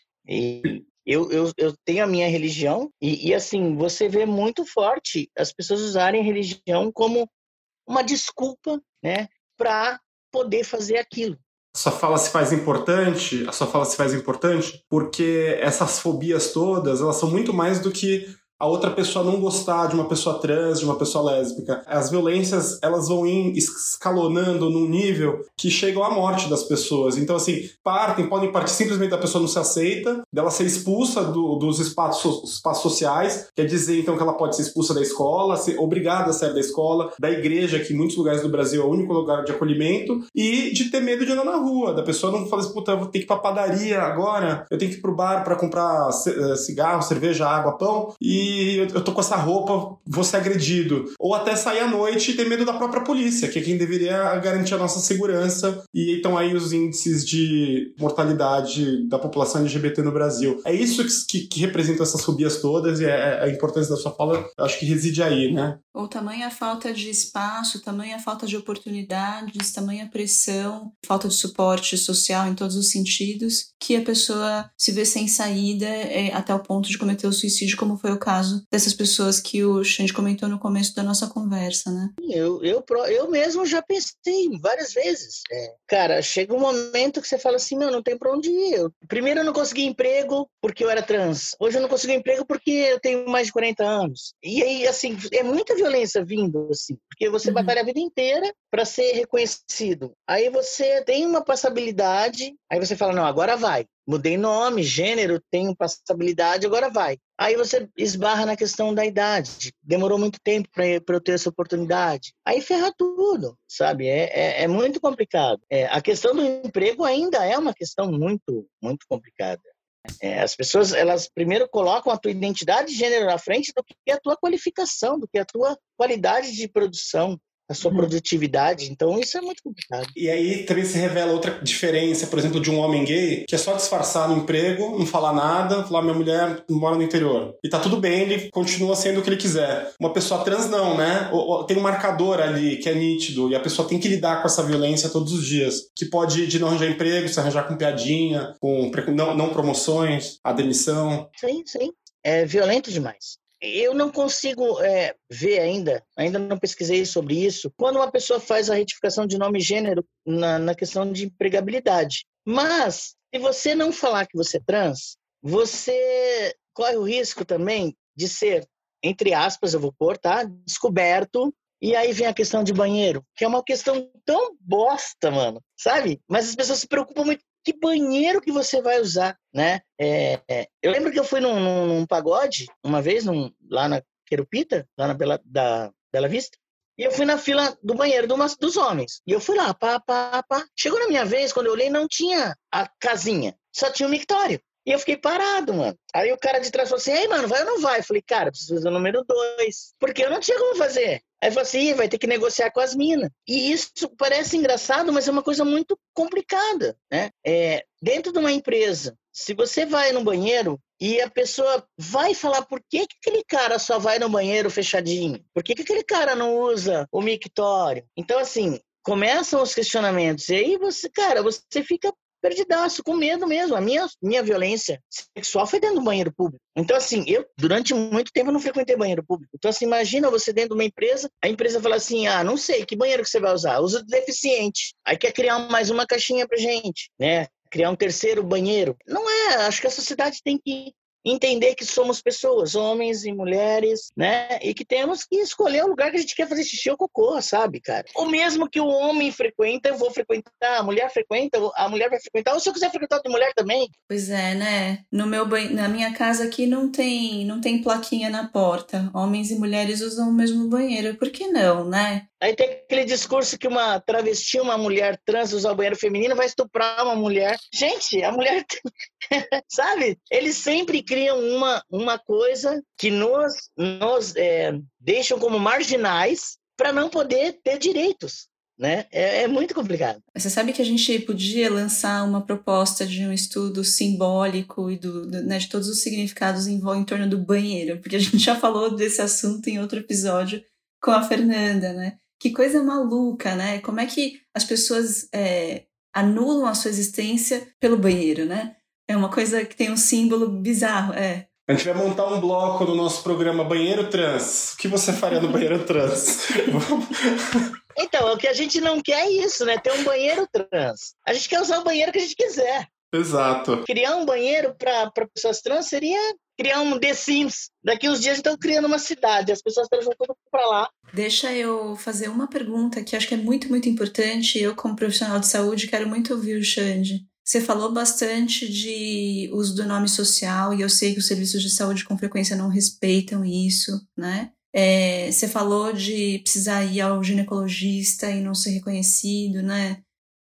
D: E eu, eu, eu tenho a minha religião e, e, assim, você vê muito forte as pessoas usarem a religião como uma desculpa, né? Para poder fazer aquilo.
A: A sua fala se faz importante, a sua fala se faz importante porque essas fobias todas, elas são muito mais do que a outra pessoa não gostar de uma pessoa trans, de uma pessoa lésbica. As violências, elas vão ir escalonando num nível que chegam à morte das pessoas. Então, assim, partem, podem partir simplesmente da pessoa não se aceita, dela ser expulsa do, dos espaços, espaços sociais, quer dizer, então, que ela pode ser expulsa da escola, ser obrigada a sair da escola, da igreja, que em muitos lugares do Brasil é o único lugar de acolhimento, e de ter medo de andar na rua, da pessoa não falar assim, puta, eu vou ter que ir pra padaria agora, eu tenho que ir pro bar pra comprar cigarro, cerveja, água, pão, e e eu, eu tô com essa roupa, vou ser agredido. Ou até sair à noite e ter medo da própria polícia, que é quem deveria garantir a nossa segurança. E então aí os índices de mortalidade da população L G B T no Brasil. É isso que, que representa essas fobias todas, e é, a importância da sua fala, eu acho que reside aí, né?
B: Ou tamanha falta de espaço, tamanha falta de oportunidades, tamanha pressão, falta de suporte social em todos os sentidos, que a pessoa se vê sem saída é, até o ponto de cometer o suicídio, como foi o caso dessas pessoas que o Xande comentou no começo da nossa conversa, né?
D: Eu, eu, eu mesmo já pensei várias vezes. É, cara, chega um momento que você fala assim, meu, não tem pra onde ir. Eu, primeiro eu não consegui emprego porque eu era trans. Hoje eu não consegui emprego porque eu tenho mais de quarenta anos. E aí, assim, é muita violência vindo, assim, porque você uhum. batalha a vida inteira para ser reconhecido. Aí você tem uma passabilidade, aí você fala, não, agora vai. Mudei nome, gênero, tenho passabilidade, agora vai. Aí você esbarra na questão da idade. Demorou muito tempo para eu ter essa oportunidade. Aí ferra tudo, sabe? É, é, é muito complicado. É, a questão do emprego ainda é uma questão muito, muito complicada. É, as pessoas, elas primeiro colocam a tua identidade de gênero na frente do que a tua qualificação, do que a tua qualidade de produção, a sua produtividade. Então isso é muito complicado.
A: E aí também se revela outra diferença, por exemplo, de um homem gay, que é só disfarçar no emprego, não falar nada, falar, minha mulher mora no interior. E tá tudo bem, ele continua sendo o que ele quiser. Uma pessoa trans não, né? Tem um marcador ali que é nítido, e a pessoa tem que lidar com essa violência todos os dias, que pode ir de não arranjar emprego, se arranjar com piadinha, com não, não promoções, a demissão.
D: Sim, sim. É violento demais. Eu não consigo é, ver ainda, ainda não pesquisei sobre isso, quando uma pessoa faz a retificação de nome e gênero na, na questão de empregabilidade. Mas, se você não falar que você é trans, você corre o risco também de ser, entre aspas, eu vou pôr, tá? Descoberto. E aí vem a questão de banheiro, que é uma questão tão bosta, mano, sabe? Mas as pessoas se preocupam muito. Que banheiro que você vai usar, né? É, é, eu lembro que eu fui num, num, num pagode, uma vez, num, lá na Querupita, lá na Bela, da Bela Vista, e eu fui na fila do banheiro do, dos homens. E eu fui lá, pá, pá, pá. Chegou na minha vez, quando eu olhei, não tinha a casinha, só tinha o mictório. E eu fiquei parado, mano. Aí o cara de trás falou assim, ei, mano, vai ou não vai? Eu falei, cara, preciso fazer o número dois. Porque eu não tinha como fazer. Aí falou assim, vai ter que negociar com as minas. E isso parece engraçado, mas é uma coisa muito complicada, né? É, dentro de uma empresa, se você vai no banheiro e a pessoa vai falar por que, que aquele cara só vai no banheiro fechadinho? Por que, que aquele cara não usa o mictório? Então, assim, começam os questionamentos. E aí você, cara, você fica perdidaço, com medo mesmo. A minha, minha violência sexual foi dentro do banheiro público. Então, assim, eu, durante muito tempo, não frequentei banheiro público. Então, assim, imagina você dentro de uma empresa, a empresa fala assim, ah, não sei, que banheiro que você vai usar? Usa do deficiente. Aí quer criar mais uma caixinha pra gente, né? Criar um terceiro banheiro. Não é, acho que a sociedade tem que entender que somos pessoas, homens e mulheres, né? E que temos que escolher o lugar que a gente quer fazer xixi ou cocô, sabe, cara? O mesmo que o homem frequenta, eu vou frequentar, a mulher frequenta, a mulher vai frequentar, ou se eu quiser frequentar de mulher também.
B: Pois é, né? No meu banho, na minha casa aqui não tem, não tem plaquinha na porta. Homens e mulheres usam o mesmo banheiro. Por que não, né?
D: Aí tem aquele discurso que uma travesti, uma mulher trans usar o banheiro feminino vai estuprar uma mulher. Gente, a mulher... sabe? Eles sempre criam uma, uma coisa que nos, nos é, deixam como marginais para não poder ter direitos. Né? É, é muito complicado.
B: Você sabe que a gente podia lançar uma proposta de um estudo simbólico e do, do, né, de todos os significados em, em torno do banheiro, porque a gente já falou desse assunto em outro episódio com a Fernanda, né? Que coisa maluca, né? Como é que as pessoas é, anulam a sua existência pelo banheiro, né? É uma coisa que tem um símbolo bizarro, é.
A: A gente vai montar um bloco no nosso programa Banheiro Trans. O que você faria no banheiro trans?
D: Então, o que a gente não quer é isso, né? Ter um banheiro trans. A gente quer usar o banheiro que a gente quiser.
A: Exato.
D: Criar um banheiro para pessoas trans seria criar um The Sims. Daqui uns dias a gente está criando uma cidade, as pessoas estão jogando para lá.
B: Deixa eu fazer uma pergunta que acho que é muito, muito importante. Eu, como profissional de saúde, quero muito ouvir o Xande. Você falou bastante de uso do nome social e eu sei que os serviços de saúde com frequência não respeitam isso, né? É, você falou de precisar ir ao ginecologista e não ser reconhecido, né?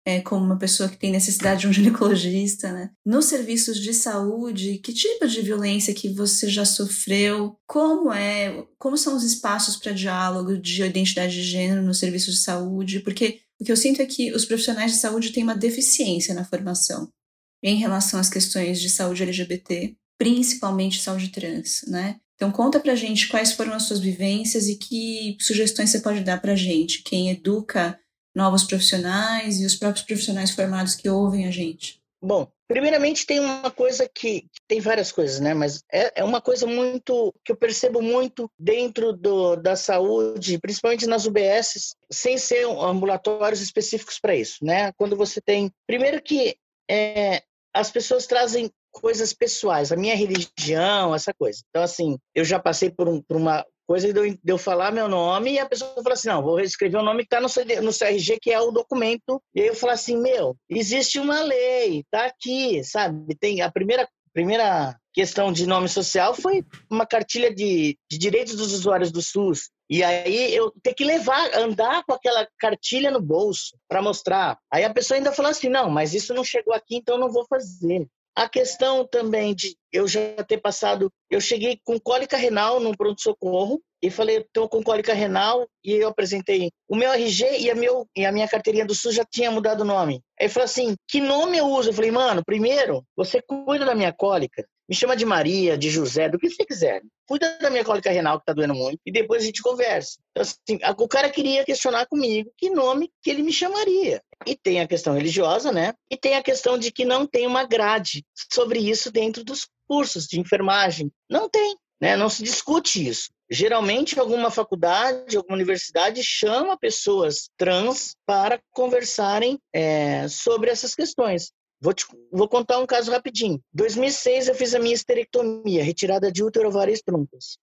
B: é, como uma pessoa que tem necessidade de um ginecologista, né? Nos serviços de saúde, que tipo de violência que você já sofreu? Como é, como são os espaços para diálogo de identidade de gênero nos serviços de saúde? Porque o que eu sinto é que os profissionais de saúde têm uma deficiência na formação em relação às questões de saúde L G B T, principalmente saúde trans, né? Então conta pra gente quais foram as suas vivências e que sugestões você pode dar pra gente, quem educa novos profissionais e os próprios profissionais formados que ouvem a gente.
D: Bom, primeiramente tem uma coisa que, tem várias coisas, né? Mas é, é uma coisa muito, que eu percebo muito dentro do, da saúde, principalmente nas U B Ss, sem ser ambulatórios específicos para isso, né? Quando você tem, primeiro que é, as pessoas trazem coisas pessoais, a minha religião, essa coisa. Então, assim, eu já passei por, um, por uma coisa de eu, de eu falar meu nome e a pessoa fala assim, não, vou escrever o nome que está no, no C R G, que é o documento. E aí eu falo assim, meu, existe uma lei, tá aqui, sabe? Tem a primeira, primeira questão de nome social foi uma cartilha de, de direitos dos usuários do SUS. E aí eu ter que levar, andar com aquela cartilha no bolso para mostrar. Aí a pessoa ainda fala assim, não, mas isso não chegou aqui, então eu não vou fazer. A questão também de eu já ter passado... Eu cheguei com cólica renal num pronto-socorro e falei, estou com cólica renal, e eu apresentei o meu R G e a, meu, e a minha carteirinha do SUS já tinha mudado o nome. Aí ele falou assim, que nome eu uso? Eu falei, mano, primeiro, você cuida da minha cólica, me chama de Maria, de José, do que você quiser. Cuida da minha cólica renal, que tá doendo muito, e depois a gente conversa. Então, assim, o cara queria questionar comigo que nome que ele me chamaria. E tem a questão religiosa, né? E tem a questão de que não tem uma grade sobre isso dentro dos cursos de enfermagem. Não tem, né? Não se discute isso. Geralmente, alguma faculdade, alguma universidade chama pessoas trans para conversarem é, sobre essas questões. Vou, te, vou contar um caso rapidinho. Em dois mil e seis, eu fiz a minha esterectomia, retirada de útero, ovários e trompas.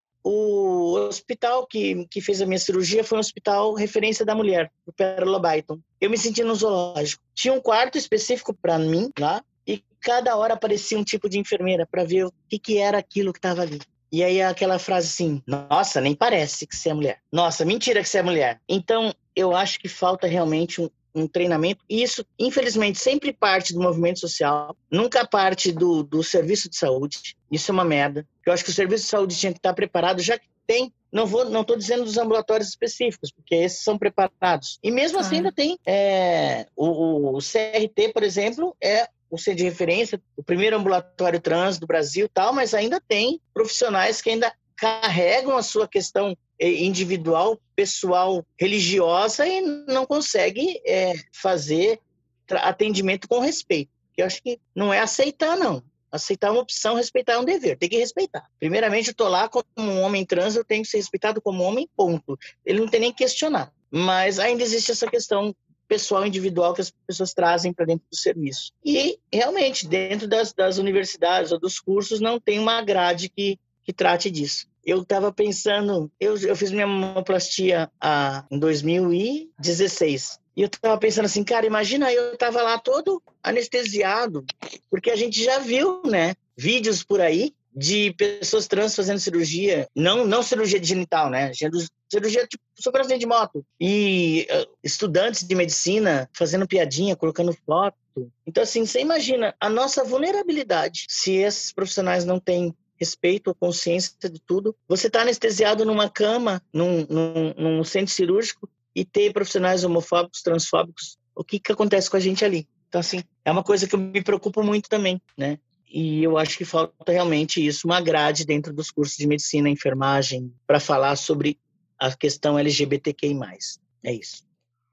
D: O hospital que, que fez a minha cirurgia foi um hospital referência da mulher, o Pérola Byton. Eu me senti no zoológico. Tinha um quarto específico para mim lá, e cada hora aparecia um tipo de enfermeira para ver o que, que era aquilo que estava ali. E aí aquela frase assim, nossa, nem parece que você é mulher. Nossa, mentira que você é mulher. Então, eu acho que falta realmente um, um treinamento. E isso, infelizmente, sempre parte do movimento social, nunca parte do, do serviço de saúde. Isso é uma merda. Eu acho que o serviço de saúde tinha que estar preparado, já que tem. Não vou, não estou dizendo dos ambulatórios específicos, porque esses são preparados. E mesmo assim ainda tem é, o, o C R T, por exemplo, é o centro de referência, o primeiro ambulatório trans do Brasil, tal, mas ainda tem profissionais que ainda carregam a sua questão individual, pessoal, religiosa e não consegue é, fazer atendimento com respeito. Eu acho que não é aceitar, não. Aceitar é uma opção, respeitar é um dever. Tem que respeitar. Primeiramente, eu estou lá como um homem trans, eu tenho que ser respeitado como homem, ponto. Ele não tem nem que questionar. Mas ainda existe essa questão pessoal, individual, que as pessoas trazem para dentro do serviço. E, realmente, dentro das, das universidades ou dos cursos, não tem uma grade que, que trate disso. Eu estava pensando, eu, eu fiz minha mamoplastia ah, em dois mil e dezesseis. E eu estava pensando assim, cara, imagina eu estava lá todo anestesiado, porque a gente já viu, né, vídeos por aí de pessoas trans fazendo cirurgia, não, não cirurgia de genital, né, cirurgia tipo super acidente de moto, e uh, estudantes de medicina fazendo piadinha, colocando foto. Então, assim, você imagina a nossa vulnerabilidade se esses profissionais não têm respeito ou consciência de tudo. Você está anestesiado numa cama, num, num, num centro cirúrgico, e ter profissionais homofóbicos, transfóbicos, o que, que acontece com a gente ali? Então, assim, é uma coisa que eu me preocupo muito também, né? E eu acho que falta realmente isso, uma grade dentro dos cursos de medicina, enfermagem, para falar sobre a questão L G B T Q I mais. É isso.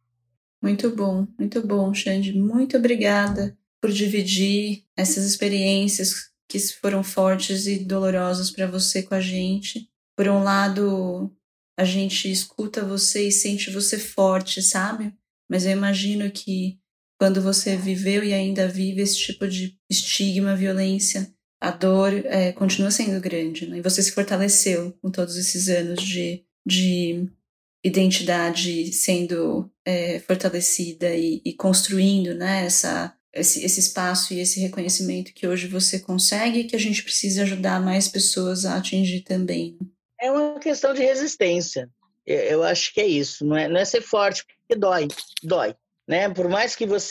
B: Muito bom, muito bom, Xande. Muito obrigada por dividir essas experiências que foram fortes e dolorosas para você com a gente. Por um lado, a gente escuta você e sente você forte, sabe? Mas eu imagino que quando você viveu e ainda vive esse tipo de estigma, violência, a dor é, continua sendo grande, né? E você se fortaleceu com todos esses anos de, de identidade sendo é, fortalecida e, e construindo, né, essa, esse, esse espaço e esse reconhecimento que hoje você consegue e que a gente precisa ajudar mais pessoas a atingir também.
D: É uma questão de resistência. Eu acho que é isso. Não é, não é ser forte, porque dói. Dói. Né? Por mais que você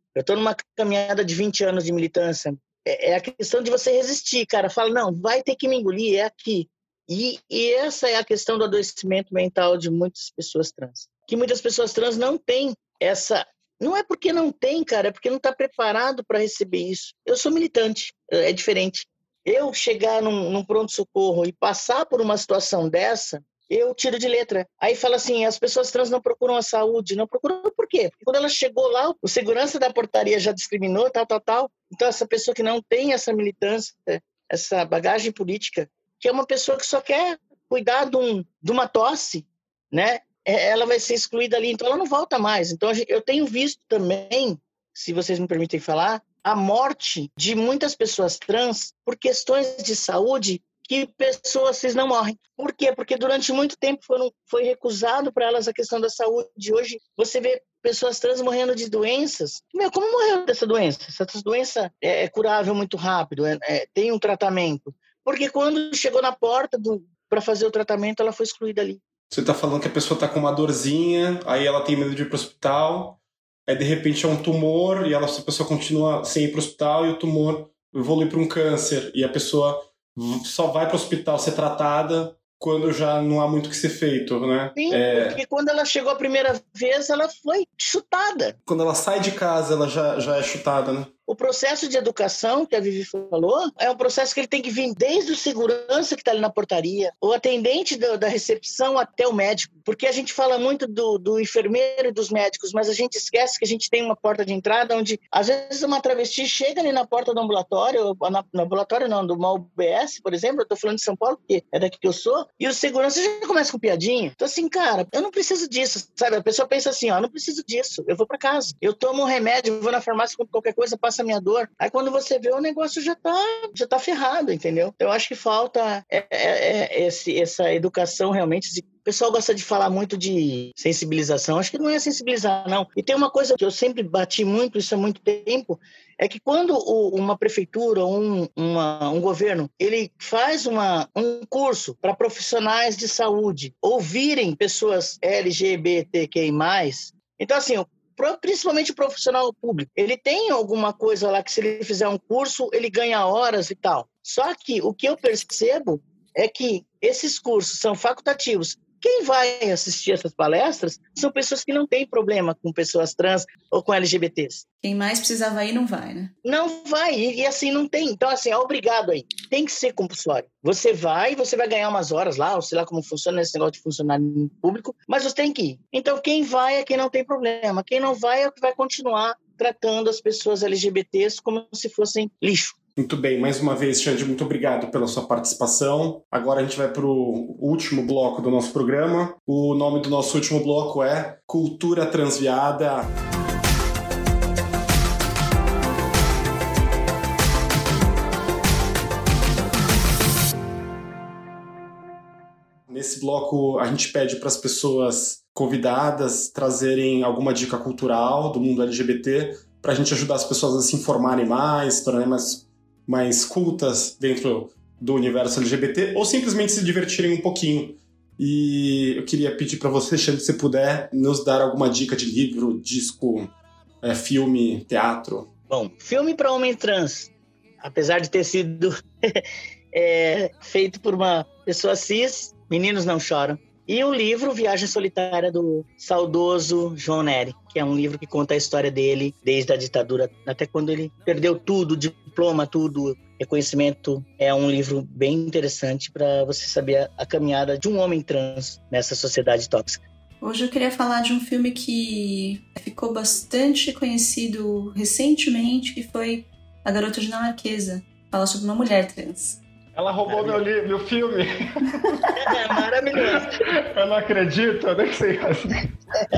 D: Eu estou numa caminhada de vinte anos de militância. É, é a questão de você resistir, cara. Fala, não, vai ter que me engolir, é aqui. E, e essa é a questão do adoecimento mental de muitas pessoas trans. Que muitas pessoas trans não têm essa... Não é porque não tem, cara, é porque não está preparado para receber isso. Eu sou militante, é diferente. Eu chegar num, num pronto-socorro e passar por uma situação dessa, eu tiro de letra. Aí fala assim, as pessoas trans não procuram a saúde. Não procuram por quê? Porque quando ela chegou lá, o segurança da portaria já discriminou, tal, tal, tal. Então essa pessoa que não tem essa militância, essa bagagem política, que é uma pessoa que só quer cuidar de, um, de uma tosse, né? Ela vai ser excluída ali, então ela não volta mais. Então eu tenho visto também, se vocês me permitem falar, a morte de muitas pessoas trans por questões de saúde que pessoas cis não morrem. Por quê? Porque durante muito tempo foram, foi recusado para elas a questão da saúde. Hoje você vê pessoas trans morrendo de doenças. Meu, como morreu dessa doença? Essa doença é curável muito rápido, é, é, tem um tratamento. Porque quando chegou na porta para fazer o tratamento, ela foi excluída ali.
A: Você tá falando que a pessoa tá com uma dorzinha, aí ela tem medo de ir pro hospital, aí de repente é um tumor e ela, a pessoa continua sem ir pro hospital e o tumor evolui para um câncer e a pessoa só vai pro hospital ser tratada quando já não há muito o que ser feito, né?
D: Sim,
A: é...
D: porque quando ela chegou a primeira vez, ela foi chutada.
A: Quando ela sai de casa, ela já, já é chutada, né?
D: O processo de educação, que a Vivi falou, é um processo que ele tem que vir desde o segurança que está ali na portaria, o atendente do, da recepção até o médico. Porque a gente fala muito do, do enfermeiro e dos médicos, mas a gente esquece que a gente tem uma porta de entrada onde, às vezes, uma travesti chega ali na porta do ambulatório, na, no ambulatório não, do uma U B S, por exemplo, eu estou falando de São Paulo, porque é daqui que eu sou, e o segurança já começa com piadinha. Então, assim, cara, eu não preciso disso, sabe? A pessoa pensa assim, ó, eu não preciso disso, eu vou para casa. Eu tomo um remédio, vou na farmácia, compro qualquer coisa, passa a minha dor. Aí quando você vê, o negócio já tá, já tá ferrado, entendeu? Eu acho que falta é, é, é esse, essa educação realmente. De... O pessoal gosta de falar muito de sensibilização. Acho que não é sensibilizar, não. E tem uma coisa que eu sempre bati muito, isso há muito tempo, é que quando o, uma prefeitura ou um, uma, um governo, ele faz uma, um curso para profissionais de saúde ouvirem pessoas L G B T Q I mais, então assim, principalmente o profissional público, ele tem alguma coisa lá que se ele fizer um curso, ele ganha horas e tal. Só que o que eu percebo é que esses cursos são facultativos. Quem vai assistir essas palestras são pessoas que não têm problema com pessoas trans ou com L G B Ts.
B: Quem mais precisava ir não vai, né?
D: Não vai, e, e assim não tem. Então, assim, é obrigado aí. Tem que ser compulsório. Você vai, você vai ganhar umas horas lá, ou sei lá como funciona esse negócio de funcionário público, mas você tem que ir. Então, quem vai é quem não tem problema. Quem não vai é o que vai continuar tratando as pessoas L G B Ts como se fossem lixo.
A: Muito bem, mais uma vez, Xande, muito obrigado pela sua participação. Agora a gente vai para o último bloco do nosso programa. O nome do nosso último bloco é Cultura Transviada. Nesse bloco, a gente pede para as pessoas convidadas trazerem alguma dica cultural do mundo L G B T para a gente ajudar as pessoas a se informarem mais, se tornarem mais mais cultas dentro do universo L G B T, ou simplesmente se divertirem um pouquinho. E eu queria pedir para você, Xande, se puder nos dar alguma dica de livro, disco, é, filme, teatro.
D: Bom, filme para homem trans, apesar de ter sido é, feito por uma pessoa cis, Meninos Não Choram. E o livro Viagem Solitária, do saudoso João Nery, que é um livro que conta a história dele desde a ditadura até quando ele perdeu tudo, diploma, tudo, reconhecimento. É um livro bem interessante para você saber a, a caminhada de um homem trans nessa sociedade tóxica.
B: Hoje eu queria falar de um filme que ficou bastante conhecido recentemente, que foi A Garota Dinamarquesa. Fala sobre uma mulher trans.
A: Ela roubou meu, li- meu filme.
D: É maravilhoso.
A: Eu não acredito, eu nem sei assim.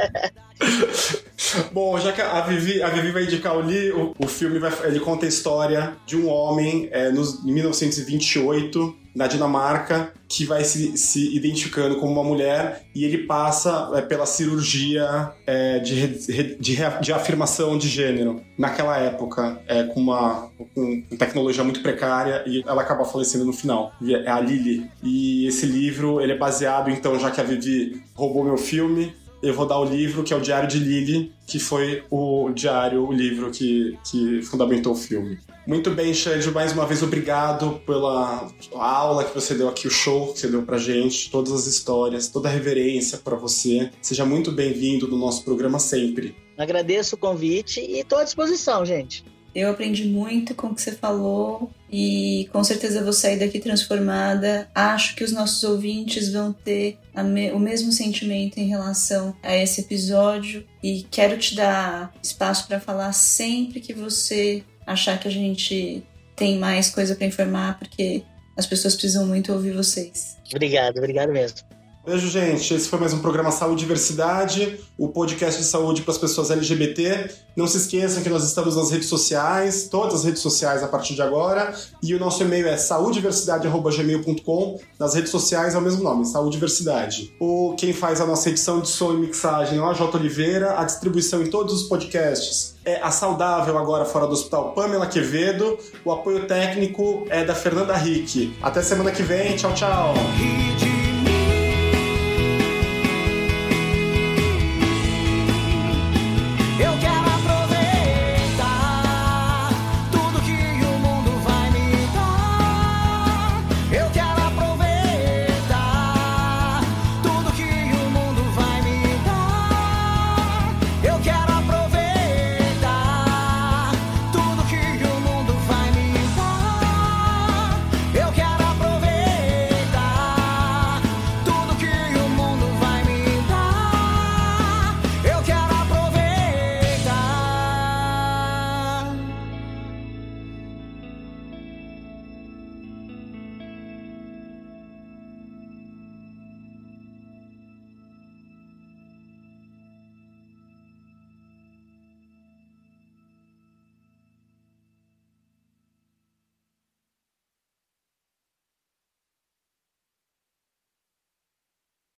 A: Bom, já que a Vivi, a Vivi vai indicar o, li, o, o filme, vai, ele conta a história de um homem é, nos, em mil novecentos e vinte e oito, na Dinamarca, que vai se, se identificando como uma mulher e ele passa é, pela cirurgia é, de, de, de, de afirmação de gênero. Naquela época, é, com uma com tecnologia muito precária, e ela acaba falecendo no final. É a Lily. E esse livro, ele é baseado, então, já que a Vivi roubou meu filme, eu vou dar o livro, que é o Diário de Lily, que foi o diário, o livro que, que fundamentou o filme. Muito bem, Xande, mais uma vez obrigado pela aula que você deu aqui, o show que você deu pra gente, todas as histórias, toda a reverência pra você. Seja muito bem-vindo no nosso programa sempre.
D: Agradeço o convite e estou à disposição, gente.
B: Eu aprendi muito com o que você falou e com certeza vou sair daqui transformada. Acho que os nossos ouvintes vão ter a me- o mesmo sentimento em relação a esse episódio e quero te dar espaço para falar sempre que você achar que a gente tem mais coisa para informar, porque as pessoas precisam muito ouvir vocês.
D: Obrigado, obrigado mesmo.
A: Beijo, gente. Esse foi mais um programa Saúde e Diversidade, o podcast de saúde para as pessoas L G B T. Não se esqueçam que nós estamos nas redes sociais, todas as redes sociais a partir de agora, e o nosso e-mail é saudiversidade arroba gmail ponto com. Nas redes sociais é o mesmo nome, Saúde e Diversidade. O, quem faz a nossa edição de som e mixagem é o A J Oliveira, a distribuição em todos os podcasts é a Saudável, agora fora do hospital, Pamela Quevedo, o apoio técnico é da Fernanda Rick. Até semana que vem, tchau, tchau!